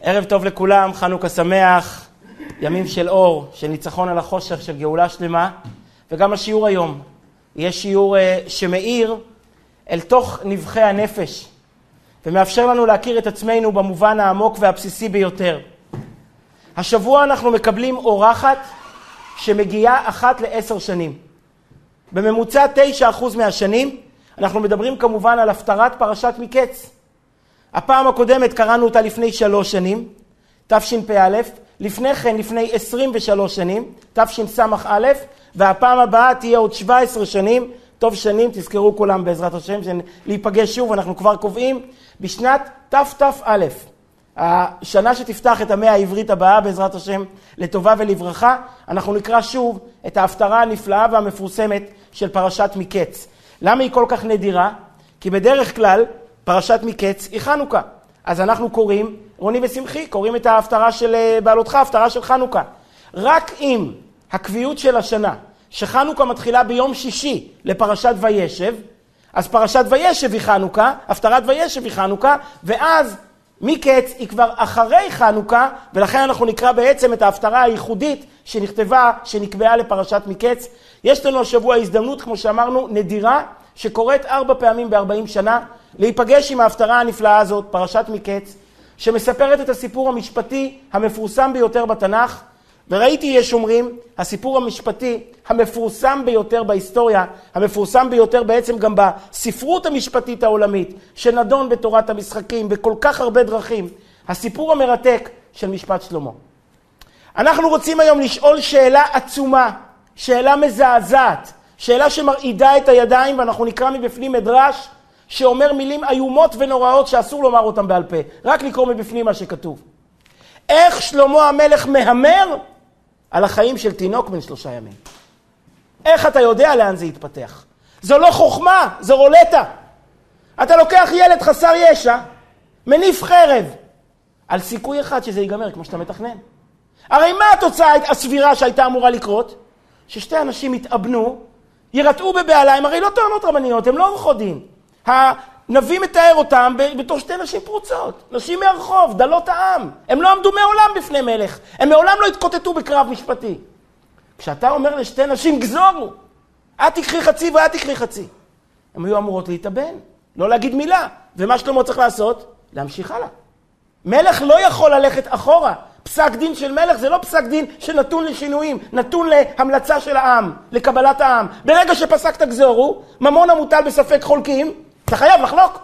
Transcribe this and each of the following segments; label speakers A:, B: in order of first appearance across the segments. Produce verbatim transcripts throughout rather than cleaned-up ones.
A: ערב טוב לכולם, חנוכה שמח, ימים של אור, של ניצחון על החושך, של גאולה שלמה, וגם השיעור היום יהיה שיעור שמאיר אל תוך נבחי הנפש, ומאפשר לנו להכיר את עצמנו במובן העמוק והבסיסי ביותר. השבוע אנחנו מקבלים אורחת שמגיעה אחת לעשר שנים. בממוצע תשע אחוז מהשנים, אנחנו מדברים כמובן על הפטרת פרשת מקץ. הפעם הקודמת קראנו אותה לפני שלוש שנים, תשפ"א, לפני כן לפני עשרים ושלוש שנים, תשס"א, והפעם הבאה תהיה עוד שבע עשרה שנים, טוב שנים, תזכרו כולם בעזרת השם, להיפגש שוב, אנחנו כבר קובעים, בשנת תת"א, השנה שתפתח את המאה העברית הבאה בעזרת השם, לטובה ולברכה, אנחנו נקרא שוב את ההפטרה הנפלאה והמפורסמת של פרשת מקץ. למה היא כל כך נדירה? כי בדרך כלל פרשת מקץ היא חנוכה. אז אנחנו קוראים, רוני ושמחי, קוראים את ההפטרה של בעלותך, ההפטרה של חנוכה. רק אם הקביעות של השנה, שחנוכה מתחילה ביום שישי לפרשת וישב, אז פרשת וישב היא חנוכה, הפטרת וישב היא חנוכה, ואז מקץ היא כבר אחרי חנוכה, ולכן אנחנו נקרא בעצם את ההפטרה הייחודית שנכתבה, שנקבעה לפרשת מקץ. יש לנו השבוע הזדמנות, כמו שאמרנו, נדירה, שקורית ארבע פעמים בארבעים שנה, להיפגש עם ההפטרה הנפלאה הזאת, פרשת מקץ, שמספרת את הסיפור המשפטי המפורסם ביותר בתנ"ך, וראיתי יש אומרים, הסיפור המשפטי המפורסם ביותר בהיסטוריה, המפורסם ביותר בעצם גם בספרות המשפטית העולמית, שנדון בתורת המשחקים, בכל כך הרבה דרכים, הסיפור המרתק של משפט שלמה. אנחנו רוצים היום לשאול שאלה עצומה, שאלה מזעזעת, שאלה שמרעידה את הידיים, ואנחנו נקרא מבפנים מדרש שאומר מילים איומות ונוראות שאסור לומר אותם בעל פה, רק לקרוא מבפנים מה שכתוב. איך שלמה המלך מהמר על החיים של תינוק בן שלושה ימים? איך אתה יודע לאן זה יתפתח? זו לא חוכמה, זו רולטה. אתה לוקח ילד חסר ישע, מניף חרב, על סיכוי אחד שזה ייגמר כמו שאתה מתכנן. הרי מה התוצאה הסבירה שהייתה אמורה לקרות? ששתי אנשים יתאבנו, ירתעו בבעלה, הם הרי לא טוענות רבניות, הם לא עורכות דין. הנביא מתאר אותם בתור שתי נשים פרוצות, נשים מהרחוב, דלות העם. הם לא עמדו מעולם בפני מלך, הם מעולם לא התקוטטו בקרב משפטי. כשאתה אומר לשתי נשים, גזורו, את תקחי חצי ואת תקחי חצי. הם היו אמורות להתאבן, לא להגיד מילה. ומה שלמה צריך לעשות? להמשיך הלאה. מלך לא יכול ללכת אחורה. פסק דין של מלך זה לא פסק דין שנתון לשינויים, נתון להמלצה של העם, לקבלת העם. ברגע שפסקת גזורו, ממון המוטל בספק חולקים, אתה חייב לחלוק.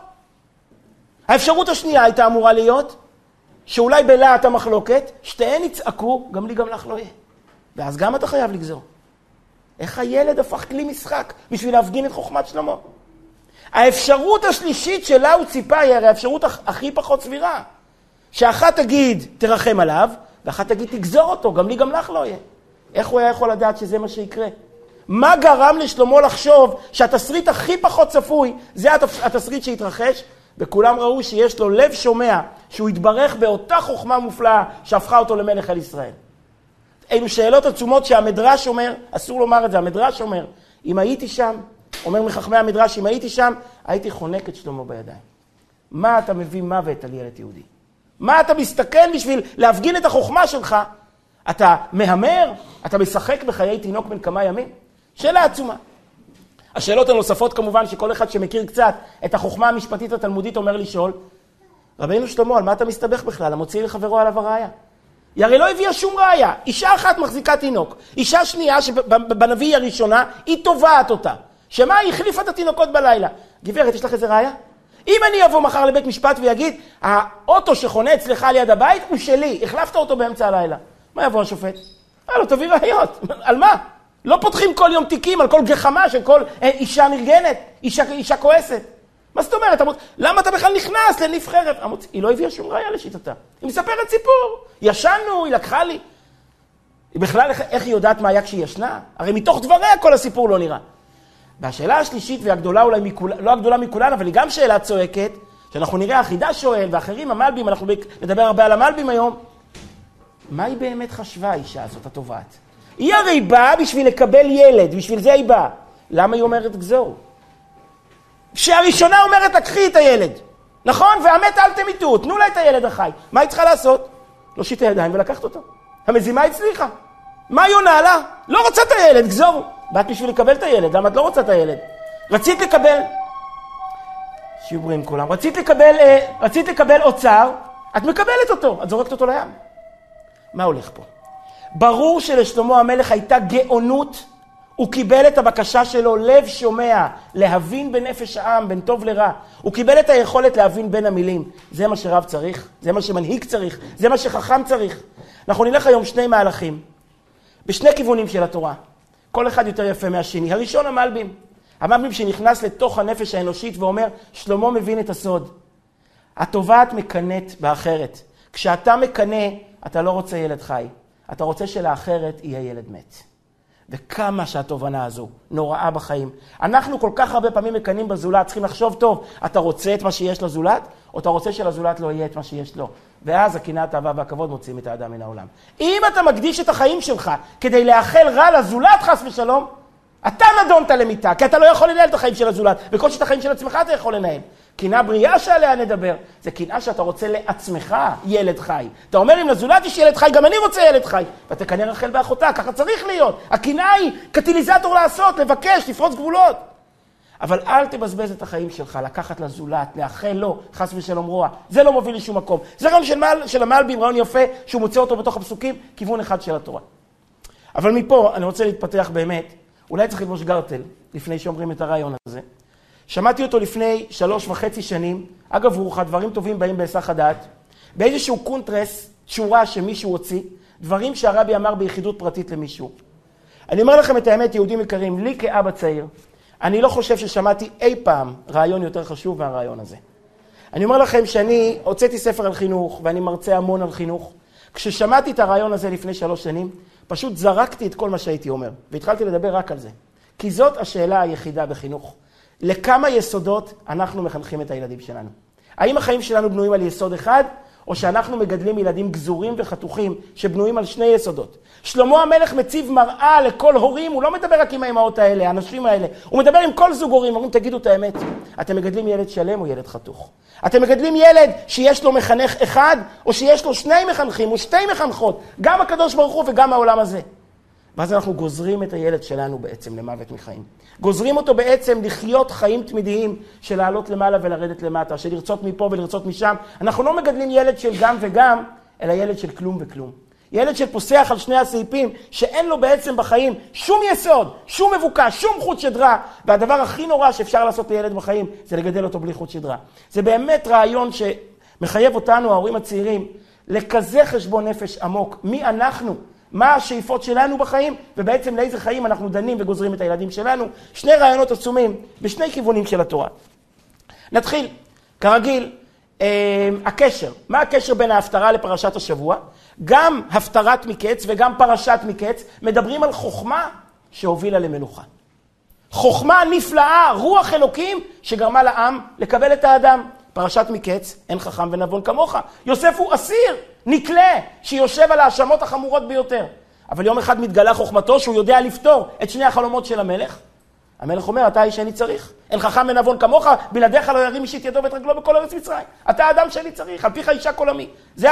A: האפשרות השנייה הייתה אמורה להיות, שאולי בלהט המחלוקת, שתיהן יצעקו, גם לי גם לך לא יהיה. ואז גם אתה חייב לגזור. איך הילד הפך כלי משחק בשביל להפגין את חוכמת שלמה? האפשרות השלישית שלה הוא ציפה, היא הרי האפשרות הכי פחות סבירה. שאחת תגיד תרחם עליו, ואחת תגיד תגזור אותו, גם לי גם לך לא יהיה. איך הוא היה יכול לדעת שזה מה שיקרה? מה גרם לשלמה לחשוב שהתסריט הכי פחות צפוי, זה התסריט שהתרחש, וכולם ראו שיש לו לב שומע, שהוא התברך באותה חוכמה מופלאה שהפכה אותו למלך על ישראל. אלו שאלות עצומות שהמדרש אומר, אסור לומר את זה, המדרש אומר, אם הייתי שם, אומר מחכמי המדרש, אם הייתי שם, הייתי חונק את שלמה בידיים. מה אתה מביא מוות על ילד יהודי? מה אתה מסתכן בשביל להפגין את החוכמה שלך? אתה מהמר? אתה משחק בחיי תינוק בן כמה ימים? שאלה עצומה. השאלות הנוספות כמובן שכל אחד שמכיר קצת את החוכמה המשפטית התלמודית אומר לשאול, רבינו שלמה, על מה אתה מסתבך בכלל? המוציא לחברו עליו הראיה. היא הרי לא הביאה שום ראיה. אישה אחת מחזיקה תינוק. אישה שנייה שבנביא הראשונה היא תובעת אותה. שמה? היא החליפה את התינוקות בלילה. גברת, יש לך איזה ראיה? אם אני אבוא מחר לבית משפט ויגיד, האוטו שחונה אצלך ליד הבית הוא שלי, החלפת אותו באמצע הלילה. מה יבוא השופט? אה, לא תביא ראיות. על מה? לא פותחים כל יום תיקים על כל גחמה של כל אישה נרגנת, אישה, אישה כועסת. מה זאת אומרת? אמות, למה אתה בכלל נכנס לניף חרב? אמות, היא לא הביאה שום ראיה לשיטתה. היא מספרת סיפור. ישנו, היא לקחה לי. היא בכלל, איך היא יודעת מה היה כשהיא ישנה? הרי מתוך דבריה כל הסיפור לא נראה. והשאלה השלישית והגדולה אולי מכול, לא הגדולה מכולן, אבל היא גם שאלה צועקת, שאנחנו נראה החידה שואל, ואחרים המלבים, אנחנו נדבר הרבה על המלבים היום. מה היא באמת חשבה האישה הזאת התובעת? היא הרי באה בשביל לקבל ילד, בשביל זה היא באה. למה היא אומרת גזור? שהראשונה אומרת לקחי את הילד. נכון, והמת אל תמיתו, תנו לה את הילד החי. מה היא צריכה לעשות? להושיט הידיים ולקחת אותו. המזימה הצליחה. מה היא עונה לה? לא רוצה את הילד, גזור. באת בשביל לקבל את הילד, למה את לא רוצה את הילד? רצית לקבל... שיהיו בריאים כולם. רצית לקבל, רצית לקבל אוצר, את מקבלת אותו, את זורקת אותו לים. מה הולך פה? ברור שלשלמה המלך הייתה גאונות, הוא קיבל את הבקשה שלו, לב שומע, להבין בנפש העם, בין טוב לרע. הוא קיבל את היכולת להבין בין המילים. זה מה שרב צריך, זה מה שמנהיג צריך, זה מה שחכם צריך. אנחנו נלך היום שני מהלכים, בשני כיוונים של התורה. כל אחד יותר יפה מהשני. הראשון המלבים. המלבים שנכנס לתוך הנפש האנושית ואומר, שלמה מבין את הסוד. התובעת מקנאת באחרת. כשאתה מקנא, אתה לא רוצה ילד חי. אתה רוצה שלאחרת יהיה ילד מת. וכמה שהתובנה הזו נוראה בחיים. אנחנו כל כך הרבה פעמים מקנאים בזולת, צריכים לחשוב טוב, אתה רוצה את מה שיש לזולת, או אתה רוצה שלזולת לא יהיה את מה שיש לו. ואז הקנאה, התאווה והכבוד מוציאים את האדם מן העולם. אם אתה מקדיש את החיים שלך כדי לאחל רע לזולת חס ושלום, אתה נדונת למיטה, כי אתה לא יכול לנהל את החיים של הזולת, וכל שאת החיים של עצמך אתה יכול לנהל. קנאה בריאה שעליה נדבר, זה קנאה שאתה רוצה לעצמך ילד חי. אתה אומר, אם לזולת יש ילד חי, גם אני רוצה ילד חי. ואתה קנא רחל באחותה, ככה צריך להיות. הקנאה היא קטליזטור לעשות, לבקש, לפרוץ גבולות. אבל אל תבזבז את החיים שלך, לקחת לזולת, לאחל לו, חס ושלום רוע. זה לא מוביל לשום מקום. זה רעיון של, של המלבים, רעיון יפה, שהוא מוצא אותו בתוך הפסוקים, כיוון אחד של התורה. אבל מפה אני רוצה להתפתח באמת, אולי צריך לבוש גרטל, לפני שאומרים את הרעיון הזה. שמעתי אותו לפני שלוש וחצי שנים, אגב רוח, דברים טובים באים בהיסח הדעת, באיזשהו קונטרס, שורה שמישהו הוציא, דברים שהרבי אמר ביחידות פרטית למישהו. אני אומר לכם את האמת, יהודים יקרים, לי כאבא צעיר, אני לא חושב ששמעתי אי פעם רעיון יותר חשוב מהרעיון הזה. אני אומר לכם שאני הוצאתי ספר על חינוך, ואני מרצה המון על חינוך. כששמעתי את הרעיון הזה לפני שלוש שנים, פשוט זרקתי את כל מה שהייתי אומר, והתחלתי לדבר רק על זה. כי זאת השאלה היחידה בחינוך. לכמה יסודות אנחנו מחנכים את הילדים שלנו? האם החיים שלנו בנויים על יסוד אחד, או שאנחנו מגדלים ילדים גזורים וחתוכים שבנויים על שני יסודות? שלמה המלך מציב מראה לכל הורים, הוא לא מדבר רק עם האמהות האלה, האנשים האלה, הוא מדבר עם כל זוג הורים, אומרים, תגידו את האמת, אתם מגדלים ילד שלם או ילד חתוך? אתם מגדלים ילד שיש לו מחנך אחד, או שיש לו שני מחנכים או שתי מחנכות, גם הקדוש ברוך הוא וגם העולם הזה. ואז אנחנו גוזרים את הילד שלנו בעצם למוות מחיים. גוזרים אותו בעצם לחיות חיים תמידיים של לעלות למעלה ולרדת למטה, של לרצות מפה ולרצות משם. אנחנו לא מגדלים ילד של גם וגם, אלא ילד של כלום וכלום. ילד של פוסח על שני הסעיפים, שאין לו בעצם בחיים שום יסוד, שום מבוקש, שום חוט שדרה. והדבר הכי נורא שאפשר לעשות לילד בחיים, זה לגדל אותו בלי חוט שדרה. זה באמת רעיון שמחייב אותנו, ההורים הצעירים, לכזה חשבון נפש עמוק. מי אנחנו? מה השאיפות שלנו בחיים, ובעצם לאיזה חיים אנחנו דנים וגוזרים את הילדים שלנו. שני רעיונות עצומים בשני כיוונים של התורה. נתחיל, כרגיל, אה, הקשר. מה הקשר בין ההפטרה לפרשת השבוע? גם הפטרת מקץ וגם פרשת מקץ מדברים על חוכמה שהובילה למלוכה. חוכמה נפלאה, רוח אלוקים שגרמה לעם לקבל את האדם. פרשת מקץ, אין חכם ונבון כמוך. יוסף הוא אסיר, נקלה, שיושב על האשמות החמורות ביותר. אבל יום אחד מתגלה חוכמתו שהוא יודע לפתור את שני החלומות של המלך. המלך אומר, אתה האיש שאני צריך. אין חכם ונבון כמוך, בלעדיך לא ירים אישית ידו ואת רגלו בכל ארץ מצרים. אתה האדם שאני צריך, על פיך אישה כל עמי. זה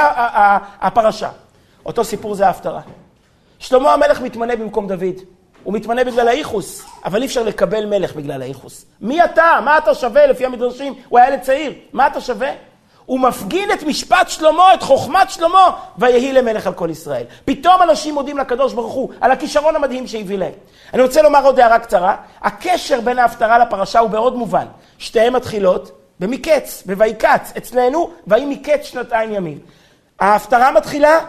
A: הפרשה. אותו סיפור זה ההפטרה. שלמה המלך מתמנה במקום דוד. הוא מתמנה בגלל האיחוס, אבל אי אפשר לקבל מלך בגלל האיחוס. מי אתה? מה אתה שווה? לפי המדרשים, הוא היה ילד צעיר. מה אתה שווה? הוא מפגין את משפט שלמה, את חוכמת שלמה, ויהי למלך על כל ישראל. פתאום אנשים מודים לקדוש ברוך הוא על הכישרון המדהים שהביא להם. אני רוצה לומר עוד הערה קצרה. הקשר בין ההפטרה לפרשה הוא בעוד מובן. שתיהן מתחילות במקץ, בויקץ, אצלנו, ויהי מקץ שנתיים ימים. ההפטרה מתחילה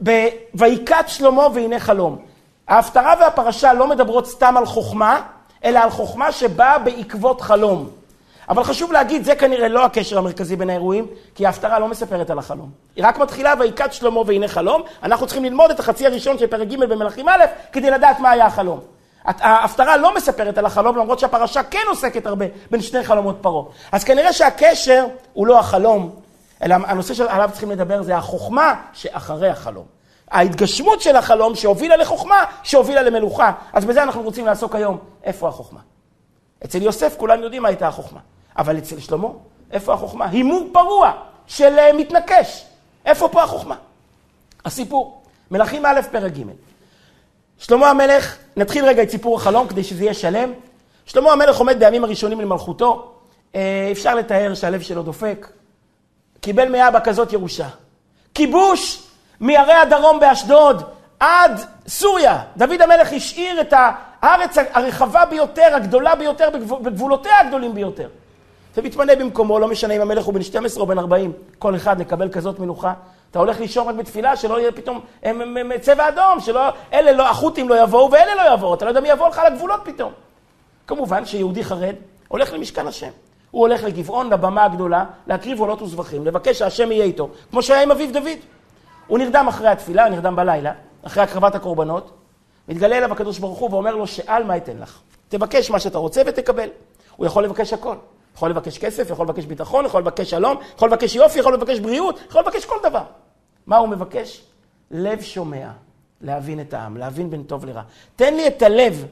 A: בויקץ שלמה והנה חלום. ההפטרה והפרשה לא מדברות סתם על חוכמה, אלא על חוכמה שבאה בעקבות חלום. אבל חשוב להגיד, זה כנראה לא הקשר המרכזי בין האירועים, כי ההפטרה לא מספרת על החלום. היא רק מתחילה ויקץ שלמה והנה חלום. אנחנו צריכים ללמוד את החצי הראשון של פרק ג' במלכים א', כדי לדעת מה היה החלום. ההפטרה לא מספרת על החלום, למרות שהפרשה כן עוסקת הרבה בין שני חלומות פרעה. אז כנראה שהקשר הוא לא החלום, אלא הנושא שעליו צריכים לדבר זה החוכמה שאחרי החלום. ההתגשמות של החלום שהובילה לחוכמה, שהובילה למלוכה. אז בזה אנחנו רוצים לעסוק היום. איפה החוכמה? אצל יוסף כולם יודעים מה הייתה החוכמה. אבל אצל שלמה, איפה החוכמה? הימור פרוע של מתנקש. איפה פה החוכמה? הסיפור. מלכים א' פרק ג'. שלמה המלך, נתחיל רגע את סיפור החלום כדי שזה יהיה שלם. שלמה המלך עומד בימים הראשונים למלכותו. אפשר לתאר שהלב שלו דופק. קיבל מאבא כזאת ירושה. כיבוש מערי הדרום באשדוד עד סוריה. דוד המלך השאיר את הארץ הרחבה ביותר, הגדולה ביותר, בגבולותיה הגדולים ביותר. ומתמנה במקומו, לא משנה אם המלך הוא בן שתים עשרה או בן ארבעים, כל אחד נקבל כזאת מנוחה. אתה הולך לישון רק בתפילה, שלא יהיה פתאום הם, הם, הם, צבע אדום, שלא, אלה לא, החות'ים לא יבואו ואלה לא יבואו, אתה לא יודע מי יבוא לך לגבולות פתאום. כמובן שיהודי חרד הולך למשכן השם. הוא הולך לגבעון, לבמה הגדולה, להקריב עולות וזבחים, לבקש שהשם יהיה איתו, כמו שהיה עם אביו דוד. הוא נרדם אחרי התפילה, הוא נרדם בלילה, אחרי הקרבת הקורבנות, מתגלה אליו הקדוש ברוך הוא ואומר לו, שאל מה אתן לך. תבקש מה שאתה רוצה ותקבל. הוא יכול לבקש הכל. יכול לבקש כסף, יכול לבקש ביטחון, יכול לבקש שלום, יכול לבקש יופי, יכול לבקש בריאות, יכול לבקש כל דבר. מה הוא מבקש? לב שומע, להבין את העם, להבין בין טוב לרע. תן לי את הלב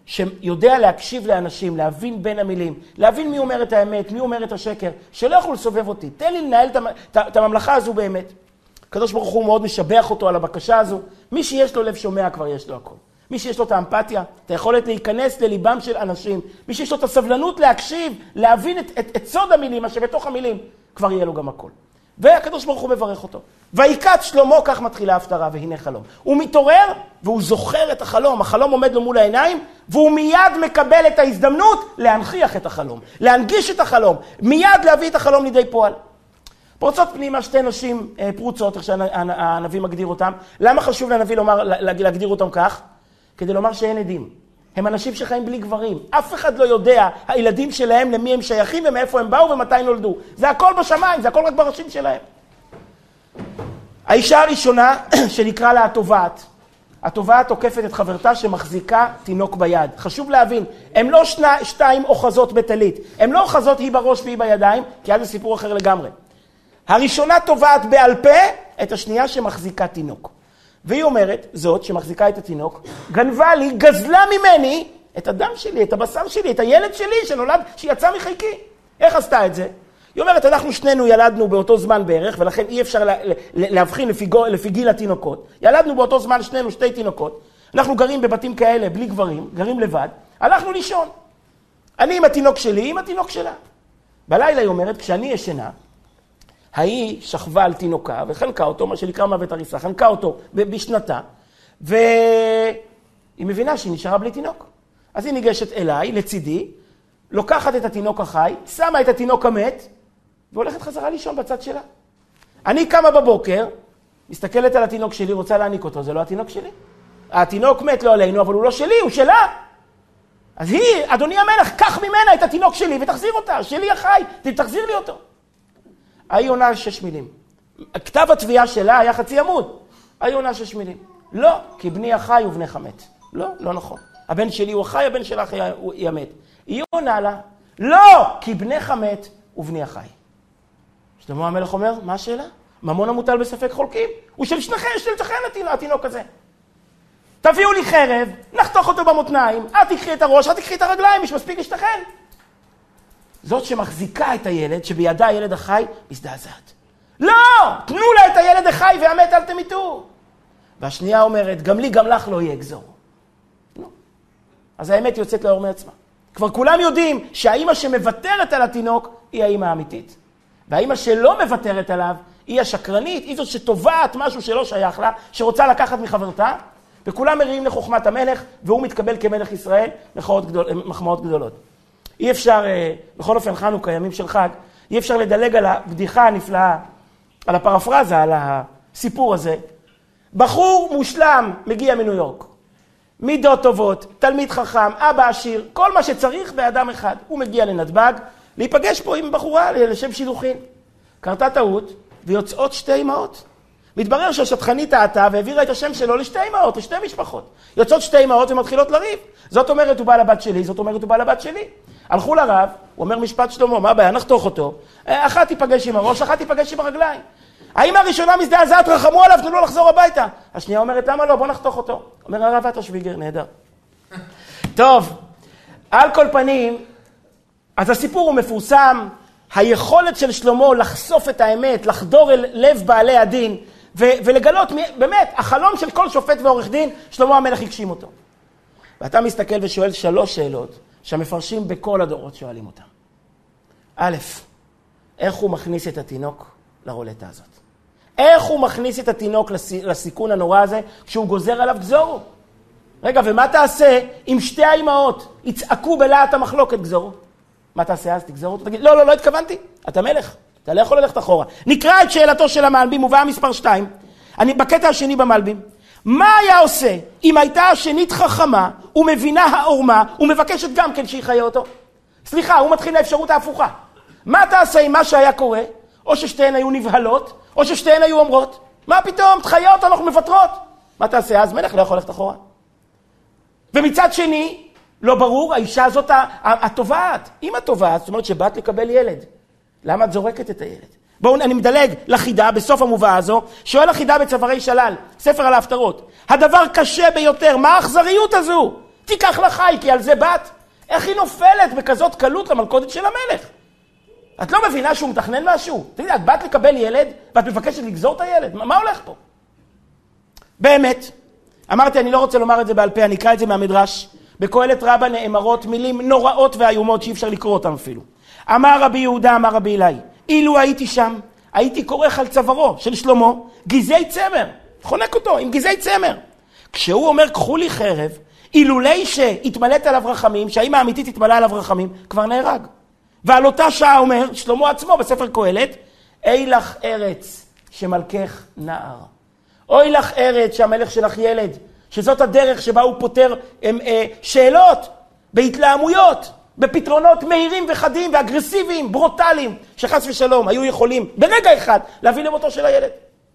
A: שיודע להקשיב לאנשים, להבין בין המילים, להבין מי אומר את האמת, מי אומר את השקר, שלא יכול לסובב אותי. תן לי לנהל את הממלכה הזו באמת. הקדוש ברוך הוא מאוד משבח אותו על הבקשה הזו. מי שיש לו לב שומע כבר יש לו הכל. מי שיש לו את האמפתיה, את היכולת להיכנס לליבם של אנשים, מי שיש לו את הסבלנות להקשיב, להבין את, את, את סוד המילים, מה שבתוך המילים, כבר יהיה לו גם הכל. והקדוש ברוך הוא מברך אותו. ויקץ שלמה, כך מתחילה ההפטרה, והנה חלום. הוא מתעורר והוא זוכר את החלום, החלום עומד לו מול העיניים, והוא מיד מקבל את ההזדמנות להנכיח את החלום, להנגיש את החלום, מיד להביא את החלום לידי פועל. פורצות פנימה שתי נשים פרוצות, איך שהנביא מגדיר אותם. למה חשוב לנביא לומר, להגדיר אותם כך? כדי לומר שאין עדים. הם אנשים שחיים בלי גברים. אף אחד לא יודע הילדים שלהם למי הם שייכים ומאיפה הם באו ומתי נולדו. זה הכל בשמיים, זה הכל רק בראשים שלהם. האישה הראשונה שנקרא לה התובעת. התובעת תוקפת את חברתה שמחזיקה תינוק ביד. חשוב להבין, הם לא שני, שתיים אוחזות בטלית. הם לא אוחזות היא בראש והיא בידיים, כי אז זה סיפור אחר לגמרי. הראשונה תובעת בעל פה את השנייה שמחזיקה תינוק. והיא אומרת, זאת שמחזיקה את התינוק, גנבה לי, גזלה ממני את הדם שלי, את הבשר שלי, את הילד שלי שנולד, שיצא מחיקי. איך עשתה את זה? היא אומרת, אנחנו שנינו ילדנו באותו זמן בערך, ולכן אי אפשר לה, להבחין לפי, לפי גיל התינוקות. ילדנו באותו זמן שנינו שתי תינוקות. אנחנו גרים בבתים כאלה בלי גברים, גרים לבד. הלכנו לישון. אני עם התינוק שלי, עם התינוק שלה. בלילה היא אומרת, כשאני ישנה, היא שכבה על תינוקה וחנקה אותו, מה שנקרא מוות הריסה, חנקה אותו בשנתה, והיא מבינה שהיא נשארה בלי תינוק. אז היא ניגשת אליי, לצידי, לוקחת את התינוק החי, שמה את התינוק המת, והולכת חזרה לישון בצד שלה. אני קמה בבוקר, מסתכלת על התינוק שלי, רוצה להעניק אותו, זה לא התינוק שלי. התינוק מת לא עלינו, אבל הוא לא שלי, הוא שלה. אז היא, אדוני המלך, קח ממנה את התינוק שלי ותחזיר אותה, שלי החי, תחזיר לי אותו. היא עונה שש מילים. כתב התביעה שלה היה חצי עמוד. היא עונה שש מילים. לא, כי בני החי ובנך המת. לא, לא נכון. הבן שלי הוא החי, הבן שלך הוא המת. היא עונה לה, לא, כי בנך מת ובני החי. שלמה המלך אומר, מה השאלה? ממון המוטל בספק חולקים. הוא של שניכם, של שניכם התינוק הזה. תביאו לי חרב, נחתוך אותו במותניים, את תקחי את הראש, את תקחי את הרגליים, יש מספיק לשתכן. זאת שמחזיקה את הילד, שבידה הילד החי, מזדעזעת. לא! תנו לה את הילד החי והמת אל תמיתו. והשנייה אומרת, גם לי, גם לך לא יהיה גזור. לא. אז האמת יוצאת לאור מעצמה. כבר כולם יודעים שהאימא שמוותרת על התינוק, היא האימא האמיתית. והאימא שלא מוותרת עליו, היא השקרנית, היא זאת שטובעת משהו שלא שייך לה, שרוצה לקחת מחברתה, וכולם מריעים לחוכמת המלך, והוא מתקבל כמלך ישראל, מחמאות גדולות. אי אפשר, בכל אופן חנוכה, ימים של חג, אי אפשר לדלג על הבדיחה הנפלאה, על הפרפרזה, על הסיפור הזה. בחור מושלם מגיע מניו יורק. מידות טובות, תלמיד חכם, אבא עשיר, כל מה שצריך באדם אחד. הוא מגיע לנתב"ג, להיפגש פה עם בחורה לשם שידוכין. קרתה טעות, ויוצאות שתי אמהות. מתברר שהשטחנית טעתה והעבירה את השם שלו לשתי אמהות, לשתי משפחות. יוצאות שתי אמהות ומתחילות לריב. זאת אומרת הוא בא לבת שלי, זאת אומרת הוא בא לבת שלי. הלכו לרב, הוא אומר משפט שלמה, מה הבעיה? נחתוך אותו. אחת תיפגש עם הראש, אחת תיפגש עם הרגליים. האמא הראשונה מזדעזעת, רחמו עליו, תנו לו לחזור הביתה. השנייה אומרת, למה לא? בוא נחתוך אותו. אומר הרב, אתה שוויגר, נהדר. טוב, על כל פנים, אז הסיפור הוא מפורסם, היכולת של שלמה לחשוף את האמת, לחדור אל לב בעלי הדין, ו- ולגלות, באמת, החלום של כל שופט ועורך דין, שלמה המלך הגשים אותו. ואתה מסתכל ושואל שלוש שאלות, שהמפרשים בכל הדורות שואלים אותם. א', איך הוא מכניס את התינוק לרולטה הזאת? איך הוא מכניס את התינוק לסיכון הנורא הזה, כשהוא גוזר עליו גזורו? רגע, ומה תעשה אם שתי האימהות יצעקו בלהט המחלוקת גזורו? מה תעשה אז? תגזור אותו? תגיד, לא, לא, לא התכוונתי. אתה מלך. אתה לא יכול ללכת אחורה. נקרא את שאלתו של המלבים, מובאה מספר שתיים. אני, בקטע השני במלבים. מה היה עושה אם הייתה השנית חכמה ומבינה העורמה ומבקשת גם כן שיחיה אותו? סליחה, הוא מתחיל לאפשרות ההפוכה. מה תעשה אם מה שהיה קורה? או ששתיהן היו נבהלות, או ששתיהן היו אומרות, מה פתאום? תחיה אותו, אנחנו מוותרות. מה תעשה אז? מלך לא יכול ללכת אחורה. ומצד שני, לא ברור, האישה הזאת התובעת. אם התובעת, זאת אומרת שבאת לקבל ילד. למה את זורקת את הילד? בואו, אני מדלג לחידה בסוף המובאה הזו, שואל החידה בצווארי שלל, ספר על ההפטרות. הדבר קשה ביותר, מה האכזריות הזו? תיקח לחי, כי על זה באת. איך היא נופלת בכזאת קלות למלכודת של המלך? את לא מבינה שהוא מתכנן משהו? תגידי, את באת לקבל ילד, ואת מבקשת לגזור את הילד? מה, מה הולך פה? באמת, אמרתי, אני לא רוצה לומר את זה בעל פה, אני אקרא את זה מהמדרש. בקהלת רבה נאמרות מילים נוראות ואיומות שאי אפשר לקרוא אותם אפילו. אמר רבי יהודה, אמר רבי אלי, אילו הייתי שם, הייתי כורך על צווארו של שלמה, גזעי צמר, חונק אותו עם גזעי צמר. כשהוא אומר, קחו לי חרב, אילולי שהתמלאת עליו רחמים, שהאמא האמיתית התמלאה עליו רחמים, כבר נהרג. ועל אותה שעה אומר, שלמה עצמו בספר קהלת, אי לך ארץ שמלכך נער. אוי לך ארץ שהמלך שלך ילד, שזאת הדרך שבה הוא פותר הם, אה, שאלות, בהתלהמויות, בפתרונות מהירים וחדים ואגרסיביים, ברוטליים, שחס ושלום היו יכולים ברגע אחד להביא למותו של הילד.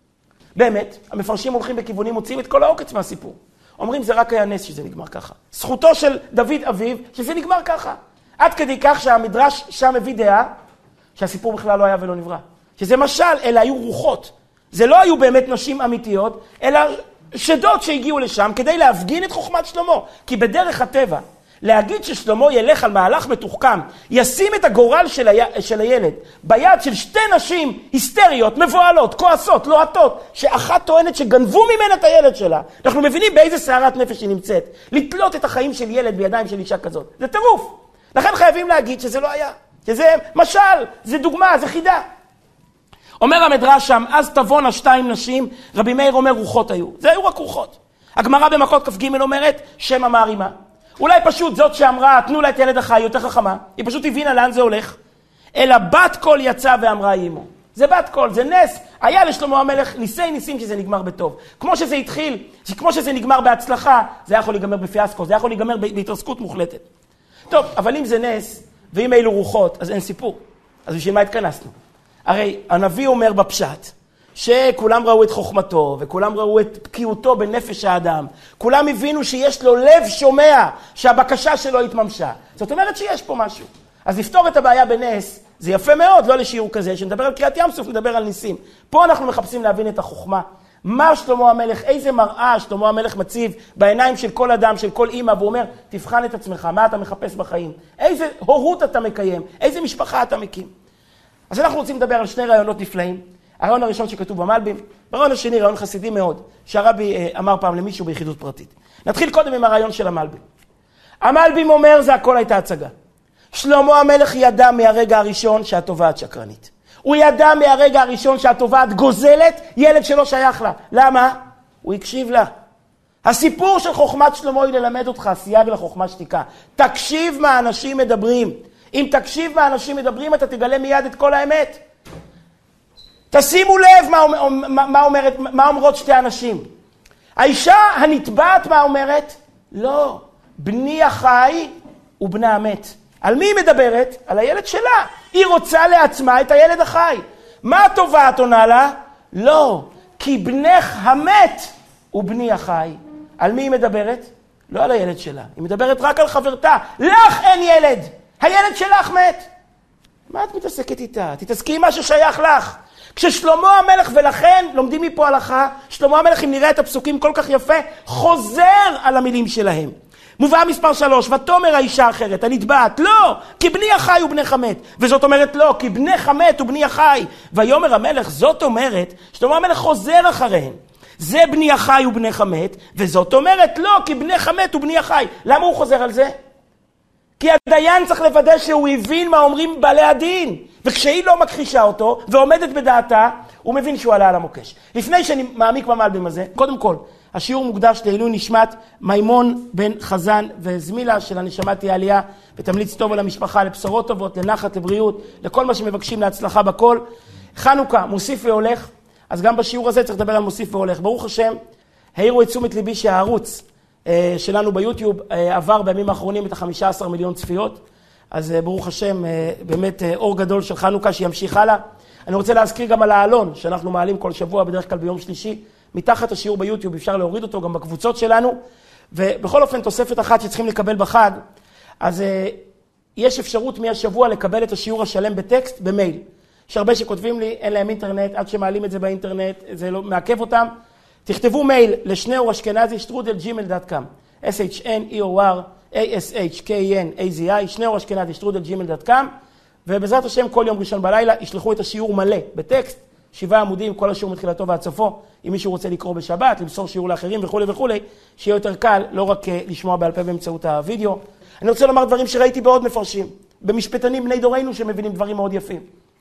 A: באמת, המפרשים הולכים בכיוונים, מוצאים את כל העוקץ מהסיפור. אומרים, זה רק היה נס שזה נגמר ככה. זכותו של דוד אביו, שזה נגמר ככה. עד כדי כך שהמדרש שם מביא דעה, שהסיפור בכלל לא היה ולא נברא. שזה משל, אלה היו רוחות. זה לא היו באמת נשים אמיתיות, אלא שדות שהגיעו לשם כדי להפגין את חוכמת שלמה. כי בדרך הטבע, להגיד ששלמה ילך על מהלך מתוחכם, ישים את הגורל של, ה... של הילד ביד של שתי נשים היסטריות, מבועלות, כועסות, לוהטות, שאחת טוענת שגנבו ממנה את הילד שלה. אנחנו מבינים באיזה סערת נפש היא נמצאת. לתלות את החיים של ילד בידיים של אישה כזאת. זה טירוף. לכן חייבים להגיד שזה לא היה. שזה משל, זה דוגמה, זה חידה. אומר המדרש שם, אז תבונה שתיים נשים, רבי מאיר אומר רוחות היו. זה היו רק רוחות. הגמרא במכות כ"ג אומרת, שם המערימה. אולי פשוט זאת שאמרה, תנו לה את ילד החי, יותר חכמה. היא פשוט הבינה לאן זה הולך. אלא בת קול יצא ואמרה אימו. זה בת קול, זה נס. היה לשלמה המלך ניסי ניסים שזה נגמר בטוב. כמו שזה התחיל, כמו שזה נגמר בהצלחה, זה יכול להיגמר בפיאסקו, זה יכול להיגמר בהתרסקות מוחלטת. טוב, אבל אם זה נס, ואם אלו רוחות, אז אין סיפור. אז בשביל מה התכנסנו? הרי הנביא אומר בפשט, שכולם ראו את חוכמתו, וכולם ראו את בקיאותו בנפש האדם. כולם הבינו שיש לו לב שומע, שהבקשה שלו התממשה. זאת אומרת שיש פה משהו. אז לפתור את הבעיה בנס, זה יפה מאוד, לא לשיעור כזה, שנדבר על קריאת ים סוף, נדבר על ניסים. פה אנחנו מחפשים להבין את החוכמה. מה שלמה המלך, איזה מראה שלמה המלך מציב בעיניים של כל אדם, של כל אמא, והוא אומר, תבחן את עצמך, מה אתה מחפש בחיים? איזה הורות אתה מקיים? איזה משפחה אתה מקים? אז אנחנו רוצים לדבר על שני רעיונות נפלאים. הרעיון הראשון שכתוב במלבים, ברעיון השני רעיון חסידי מאוד, שהרבי אמר פעם למישהו ביחידות פרטית. נתחיל קודם עם הרעיון של המלבים. המלבים אומר, זה הכל הייתה הצגה. שלמה המלך ידע מהרגע הראשון שהתובעת שקרנית. הוא ידע מהרגע הראשון שהתובעת גוזלת ילד שלא שייך לה. למה? הוא הקשיב לה. הסיפור של חוכמת שלמה היא ללמד אותך, סייג לחוכמה שתיקה. תקשיב מה אנשים מדברים. אם תקשיב מה אנשים מדברים, אתה תגלה מיד את כל האמת. תשימו לב מה, מה, מה, אומרת, מה אומרות שתי אנשים. האישה הנתבעת מה אומרת? לא, בני החי ובני המת. על מי היא מדברת? על הילד שלה. היא רוצה לעצמה את הילד החי. מה התובעת עונה לה? לא, כי בנך המת הוא בני החי. על מי היא מדברת? לא על הילד שלה. היא מדברת רק על חברתה. לך אין ילד. הילד שלך מת. מה את מתעסקת איתה? תתעסקי עם מה ששייך לך. כששלמה המלך, ולכן לומדים מפה הלכה, שלמה המלך, אם נראה את הפסוקים כל כך יפה, חוזר על המילים שלהם. מובאה מספר שלוש, ותאמר האישה אחרת, הנתבעת, לא, כי בני החי הוא בני חמת. וזאת אומרת לא, כי בני חמת הוא בני החי. ויאמר המלך, זאת אומרת, שתאמר המלך חוזר אחריהן. זה בני החי הוא בני חמת, וזאת אומרת לא, כי בני חמת הוא בני החי. למה הוא חוזר על זה? כי הדיין צריך לוודא שהוא הבין מה אומרים בעלי הדין. וכשהיא לא מכחישה אותו ועומדת בדעתה, הוא מבין שהוא עלה על המוקש. לפני שאני מעמיק במלבים הזה, קודם כל, השיעור מוקדש לעילוי נשמת מימון בן חזן וזמילה של הנשמת העלייה, ותמליץ טוב על המשפחה, לבשורות טובות, לנחת, לבריאות, לכל מה שמבקשים להצלחה בכל. חנוכה, מוסיף והולך, אז גם בשיעור הזה צריך לדבר על מוסיף והולך. ברוך השם, העירו את תשומת ליבי שהערוץ אה, שלנו ביוטיוב אה, עבר בימים האחרונים את ה-חמישה עשר מיליון צפיות, אז אה, ברוך השם, אה, באמת אה, אור גדול של חנוכה שימשיך הלאה. אני רוצה להזכיר גם על העלון שאנחנו מעלים כל שבוע, בדרך כלל ביום שלישי, מתחת השיעור ביוטיוב, אפשר להוריד אותו גם בקבוצות שלנו, ובכל אופן תוספת אחת שצריכים לקבל בחג, אז אה, יש אפשרות מהשבוע לקבל את השיעור השלם בטקסט, במייל. יש הרבה שכותבים לי, אין להם אינטרנט, עד שמעלים את זה באינטרנט, זה לא מעכב אותם. תכתבו מייל לשניאור אשכנזי, שטרודל ג'ימייל דוט קום, אס אייץ' אן אי או אר איי אס אייץ' קיי אן איי זי איי, שניאור אשכנזי, שטרודל ג'ימייל דוט קום, ובעזרת השם כל יום ראשון בלילה ישלחו את השיעור מלא בטקסט, שבעה עמודים, כל השיעור מתחילתו ועד סופו, אם מישהו רוצה לקרוא בשבת, למסור שיעור לאחרים וכו' וכו', שיהיה יותר קל, לא רק לשמוע בעל פה באמצעות הוידאו. אני רוצה לומר דברים שראיתי בעוד מפרשים, במשפטנים בני דורנו שמבינים דברים מאוד יפים.